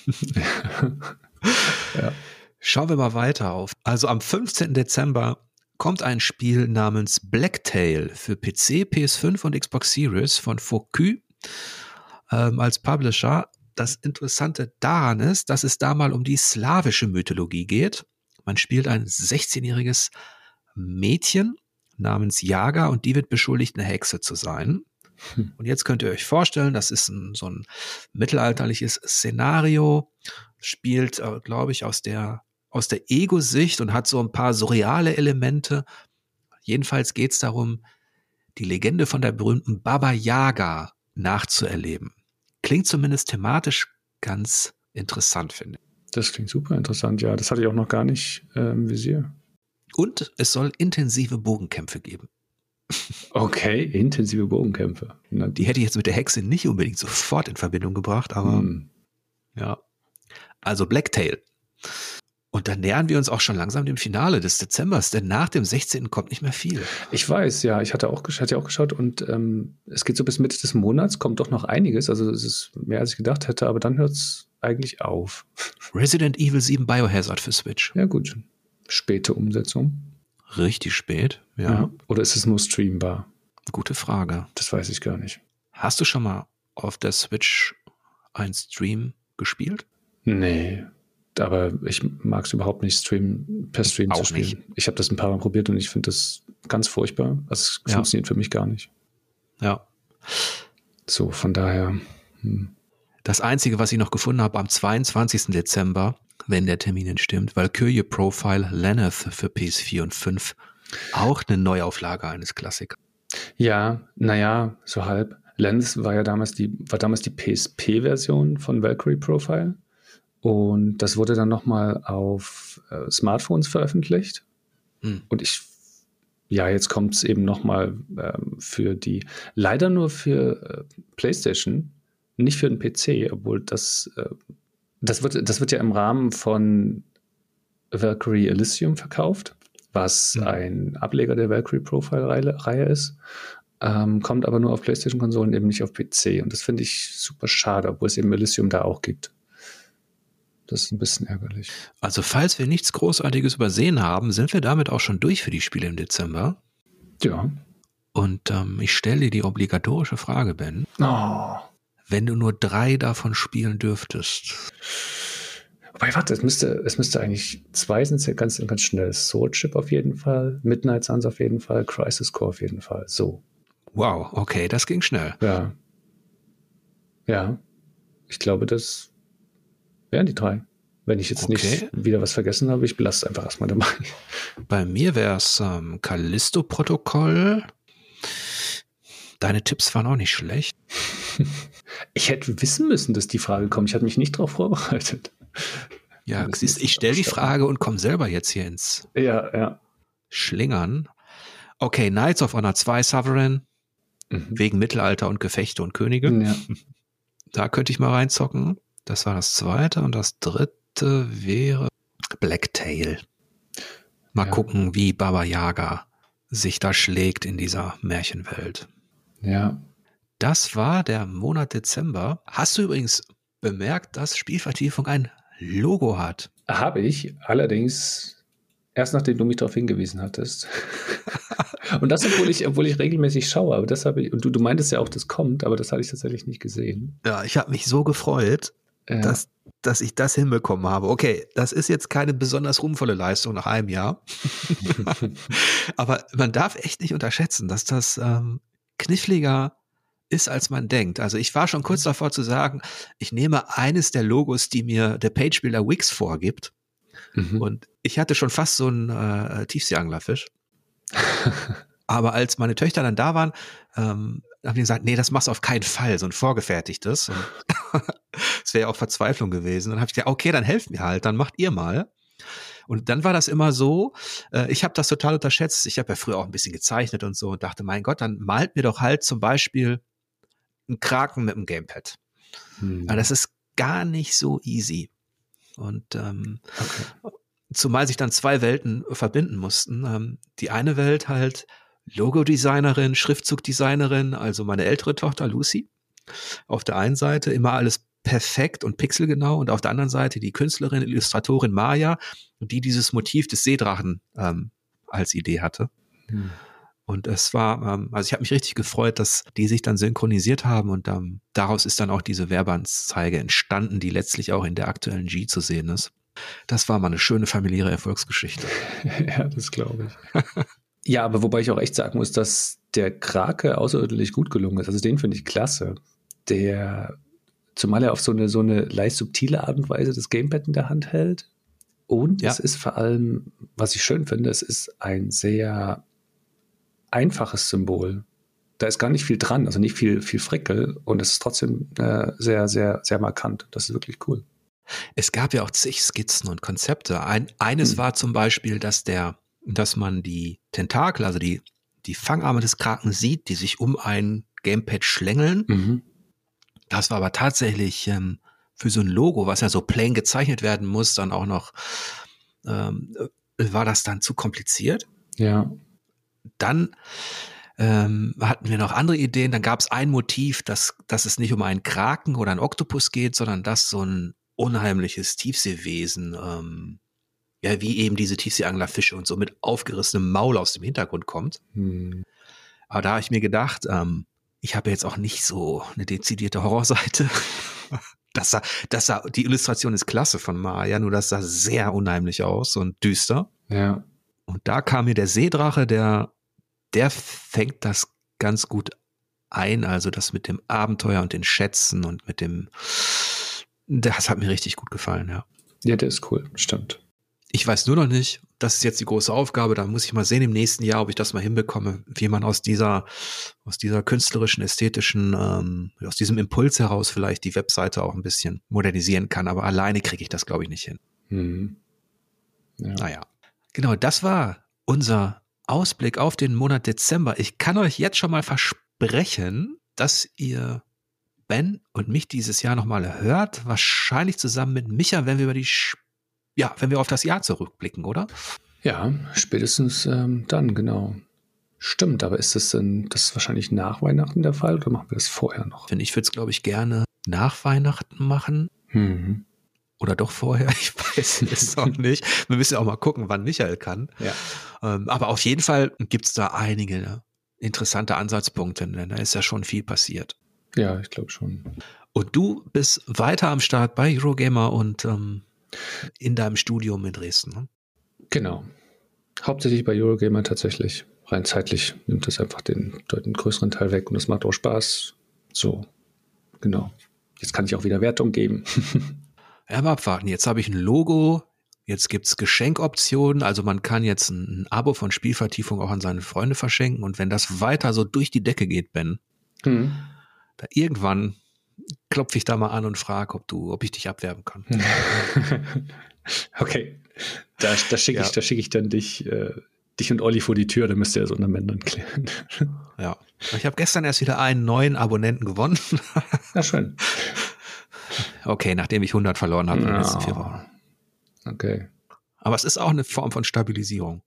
Ja. Schauen wir mal weiter auf. Also am 15. Dezember kommt ein Spiel namens Blacktail für PC, PS5 und Xbox Series von Focus als Publisher. Das Interessante daran ist, dass es da mal um die slawische Mythologie geht. Man spielt ein 16-jähriges Mädchen namens Jaga und die wird beschuldigt, eine Hexe zu sein. Und jetzt könnt ihr euch vorstellen, das ist so ein mittelalterliches Szenario, spielt, glaube ich, aus der Ego-Sicht und hat so ein paar surreale Elemente. Jedenfalls geht es darum, die Legende von der berühmten Baba Yaga nachzuerleben. Klingt zumindest thematisch ganz interessant, finde ich. Das klingt super interessant, ja. Das hatte ich auch noch gar nicht im Visier. Und es soll intensive Bogenkämpfe geben. Okay, intensive Bogenkämpfe. Die hätte ich jetzt mit der Hexe nicht unbedingt sofort in Verbindung gebracht, aber ja. Also Blacktail. Und dann nähern wir uns auch schon langsam dem Finale des Dezembers, denn nach dem 16. kommt nicht mehr viel. Ich weiß, ja, ich hatte auch geschaut und es geht so bis Mitte des Monats, kommt doch noch einiges, also es ist mehr als ich gedacht hätte, aber dann hört es eigentlich auf. Resident Evil 7 Biohazard für Switch. Ja gut, späte Umsetzung. Richtig spät, ja. Oder ist es nur streambar? Gute Frage. Das weiß ich gar nicht. Hast du schon mal auf der Switch einen Stream gespielt? Nee. Aber ich mag es überhaupt nicht, per Stream zu spielen. Nicht. Ich habe das ein paar Mal probiert und ich finde das ganz furchtbar. Also es funktioniert für mich gar nicht. Ja. So, von daher. Das Einzige, was ich noch gefunden habe, am 22. Dezember, wenn der Termin stimmt, Valkyrie Profile Lenneth für PS4 und 5. Auch eine Neuauflage eines Klassikers. Ja, naja, so halb. Lenneth war damals die PSP-Version von Valkyrie Profile. Und das wurde dann nochmal auf Smartphones veröffentlicht. Und jetzt kommt es eben nochmal leider nur für PlayStation, nicht für den PC, obwohl das wird ja im Rahmen von Valkyrie Elysium verkauft, was ein Ableger der Valkyrie Profile-Reihe ist. Kommt aber nur auf PlayStation-Konsolen, eben nicht auf PC. Und das finde ich super schade, obwohl es eben Elysium da auch gibt. Das ist ein bisschen ärgerlich. Also falls wir nichts Großartiges übersehen haben, sind wir damit auch schon durch für die Spiele im Dezember. Ja. Und ich stelle dir die obligatorische Frage, Ben. Oh. Wenn du nur 3 davon spielen dürftest. Wobei, warte, es müsste eigentlich 2 sind ja ganz schnell. Sword Ship auf jeden Fall, Midnight Suns auf jeden Fall, Crisis Core auf jeden Fall. So. Wow, okay, das ging schnell. Ja. Ja. Ich glaube, das wären die 3. Wenn ich jetzt nicht wieder was vergessen habe, ich belasse es einfach erstmal dabei. Bei mir wäre es Callisto-Protokoll. Deine Tipps waren auch nicht schlecht. Ich hätte wissen müssen, dass die Frage kommt. Ich hatte mich nicht darauf vorbereitet. Ja, ich stelle die Frage und komme selber jetzt hier ins Schlingern. Okay, Knights of Honor 2 Sovereign. Wegen Mittelalter und Gefechte und Könige. Ja. Da könnte ich mal reinzocken. Das war das 2. Und das 3. wäre Blacktail. Mal gucken, wie Baba Yaga sich da schlägt in dieser Märchenwelt. Ja. Das war der Monat Dezember. Hast du übrigens bemerkt, dass Spielvertiefung ein Logo hat? Habe ich, allerdings erst nachdem du mich darauf hingewiesen hattest. Und das, obwohl ich regelmäßig schaue, aber das habe ich, und du meintest ja auch, das kommt, aber das hatte ich tatsächlich nicht gesehen. Ja, ich habe mich so gefreut, dass ich das hinbekommen habe. Okay, das ist jetzt keine besonders ruhmvolle Leistung nach einem Jahr. Aber man darf echt nicht unterschätzen, dass das kniffliger ist, als man denkt. Also ich war schon kurz davor zu sagen, ich nehme eines der Logos, die mir der Page-Builder Wix vorgibt. Und ich hatte schon fast so einen Tiefseeanglerfisch. Aber als meine Töchter dann da waren, haben die gesagt, nee, das machst du auf keinen Fall, so ein vorgefertigtes. Das wäre ja auch Verzweiflung gewesen. Dann habe ich gesagt, okay, dann helft mir halt, dann macht ihr mal. Und dann war das immer so, ich habe das total unterschätzt. Ich habe ja früher auch ein bisschen gezeichnet und so und dachte, mein Gott, dann malt mir doch halt zum Beispiel einen Kraken mit dem Gamepad. Aber das ist gar nicht so easy. Und zumal sich dann 2 Welten verbinden mussten. Die eine Welt halt Logo-Designerin, Schriftzug-Designerin, also meine ältere Tochter Lucy. Auf der einen Seite immer alles perfekt und pixelgenau und auf der anderen Seite die Künstlerin, Illustratorin Maya, die dieses Motiv des Seedrachen als Idee hatte. Und es war, also ich habe mich richtig gefreut, dass die sich dann synchronisiert haben und daraus ist dann auch diese Werbeanzeige entstanden, die letztlich auch in der aktuellen G zu sehen ist. Das war mal eine schöne familiäre Erfolgsgeschichte. Ja, das glaube ich. Ja, aber wobei ich auch echt sagen muss, dass der Krake außerordentlich gut gelungen ist. Also den finde ich klasse. Zumal er auf so eine leicht subtile Art und Weise das Gamepad in der Hand hält. Und es ist vor allem, was ich schön finde, es ist ein sehr einfaches Symbol. Da ist gar nicht viel dran, also nicht viel Frickel. Und es ist trotzdem sehr, sehr, sehr markant. Das ist wirklich cool. Es gab ja auch zig Skizzen und Konzepte. Eines war zum Beispiel, dass man die Tentakel, also die Fangarme des Kraken sieht, die sich um ein Gamepad schlängeln. Das war aber tatsächlich für so ein Logo, was ja so plain gezeichnet werden muss, dann auch noch, war das dann zu kompliziert. Ja. Dann hatten wir noch andere Ideen. Dann gab es ein Motiv, dass es nicht um einen Kraken oder einen Oktopus geht, sondern dass so ein unheimliches Tiefseewesen, wie eben diese Tiefseeanglerfische und so mit aufgerissenem Maul aus dem Hintergrund kommt. Aber da habe ich mir gedacht, ich habe jetzt auch nicht so eine dezidierte Horrorseite. Die Illustration ist klasse von Maya, nur das sah sehr unheimlich aus und düster. Ja. Und da kam mir der Seedrache, der fängt das ganz gut ein, also das mit dem Abenteuer und den Schätzen und das hat mir richtig gut gefallen, ja. Ja, der ist cool, stimmt. Ich weiß nur noch nicht, das ist jetzt die große Aufgabe, da muss ich mal sehen im nächsten Jahr, ob ich das mal hinbekomme, wie man aus dieser künstlerischen, ästhetischen, aus diesem Impuls heraus vielleicht die Webseite auch ein bisschen modernisieren kann, aber alleine kriege ich das, glaube ich, nicht hin. Mhm. Ja. Naja, genau, das war unser Ausblick auf den Monat Dezember. Ich kann euch jetzt schon mal versprechen, dass ihr Ben und mich dieses Jahr nochmal hört, wahrscheinlich zusammen mit Micha, wenn wir auf das Jahr zurückblicken, oder? Ja, spätestens dann, genau. Stimmt, aber ist das wahrscheinlich nach Weihnachten der Fall oder machen wir das vorher noch? Ich würde es, glaube ich, gerne nach Weihnachten machen. Mhm. Oder doch vorher, ich weiß es noch nicht. Wir müssen ja auch mal gucken, wann Michael kann. Ja. Aber auf jeden Fall gibt es da einige interessante Ansatzpunkte, denn da ist ja schon viel passiert. Ja, ich glaube schon. Und du bist weiter am Start bei Eurogamer und in deinem Studium in Dresden, ne? Genau. Hauptsächlich bei Eurogamer tatsächlich. Rein zeitlich nimmt das einfach den größeren Teil weg und es macht auch Spaß. So, genau. Jetzt kann ich auch wieder Wertung geben. Ja, mal abwarten. Jetzt habe ich ein Logo. Jetzt gibt's Geschenkoptionen. Also man kann jetzt ein Abo von Spielvertiefung auch an seine Freunde verschenken. Und wenn das weiter so durch die Decke geht, Ben, da irgendwann klopfe ich da mal an und frage, ob ich dich abwerben kann. Okay. Da schicke ich dann dich und Olli vor die Tür, da müsst ihr das untereinander klären. Ja. Ich habe gestern erst wieder einen neuen Abonnenten gewonnen. Ja, schön. Okay, nachdem ich 100 verloren habe in den letzten 4 Wochen. Okay. Aber es ist auch eine Form von Stabilisierung.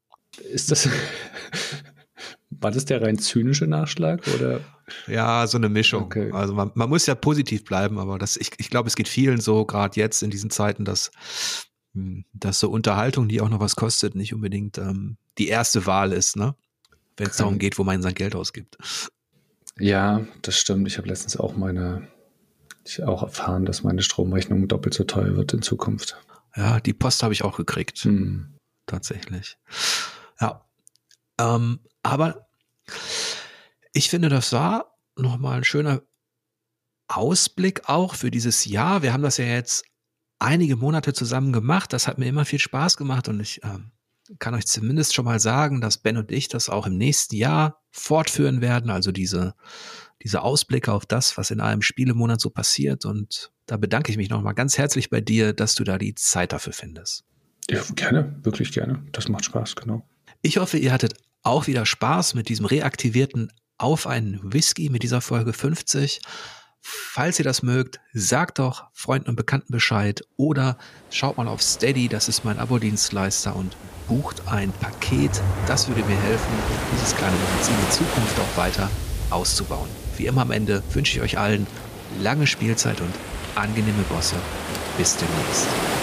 War das der rein zynische Nachschlag, oder? Ja, so eine Mischung. Okay. Also man muss ja positiv bleiben, aber ich glaube, es geht vielen so, gerade jetzt in diesen Zeiten, dass so Unterhaltung, die auch noch was kostet, nicht unbedingt die erste Wahl ist, ne? Wenn es darum geht, wo man sein Geld ausgibt. Ja, das stimmt. Ich habe letztens auch erfahren, dass meine Stromrechnung doppelt so teuer wird in Zukunft. Ja, die Post habe ich auch gekriegt. Tatsächlich. Ja. Aber ich finde, das war nochmal ein schöner Ausblick auch für dieses Jahr. Wir haben das ja jetzt einige Monate zusammen gemacht. Das hat mir immer viel Spaß gemacht und ich kann euch zumindest schon mal sagen, dass Ben und ich das auch im nächsten Jahr fortführen werden. Also diese Ausblicke auf das, was in einem Spielemonat so passiert. Und da bedanke ich mich nochmal ganz herzlich bei dir, dass du da die Zeit dafür findest. Ja, gerne, wirklich gerne. Das macht Spaß, genau. Ich hoffe, ihr hattet auch wieder Spaß mit diesem reaktivierten Auf einen Whisky mit dieser Folge 50. Falls ihr das mögt, sagt doch Freunden und Bekannten Bescheid oder schaut mal auf Steady, das ist mein Abo-Dienstleister, und bucht ein Paket. Das würde mir helfen, dieses kleine Magazin in Zukunft auch weiter auszubauen. Wie immer am Ende wünsche ich euch allen lange Spielzeit und angenehme Bosse. Bis demnächst.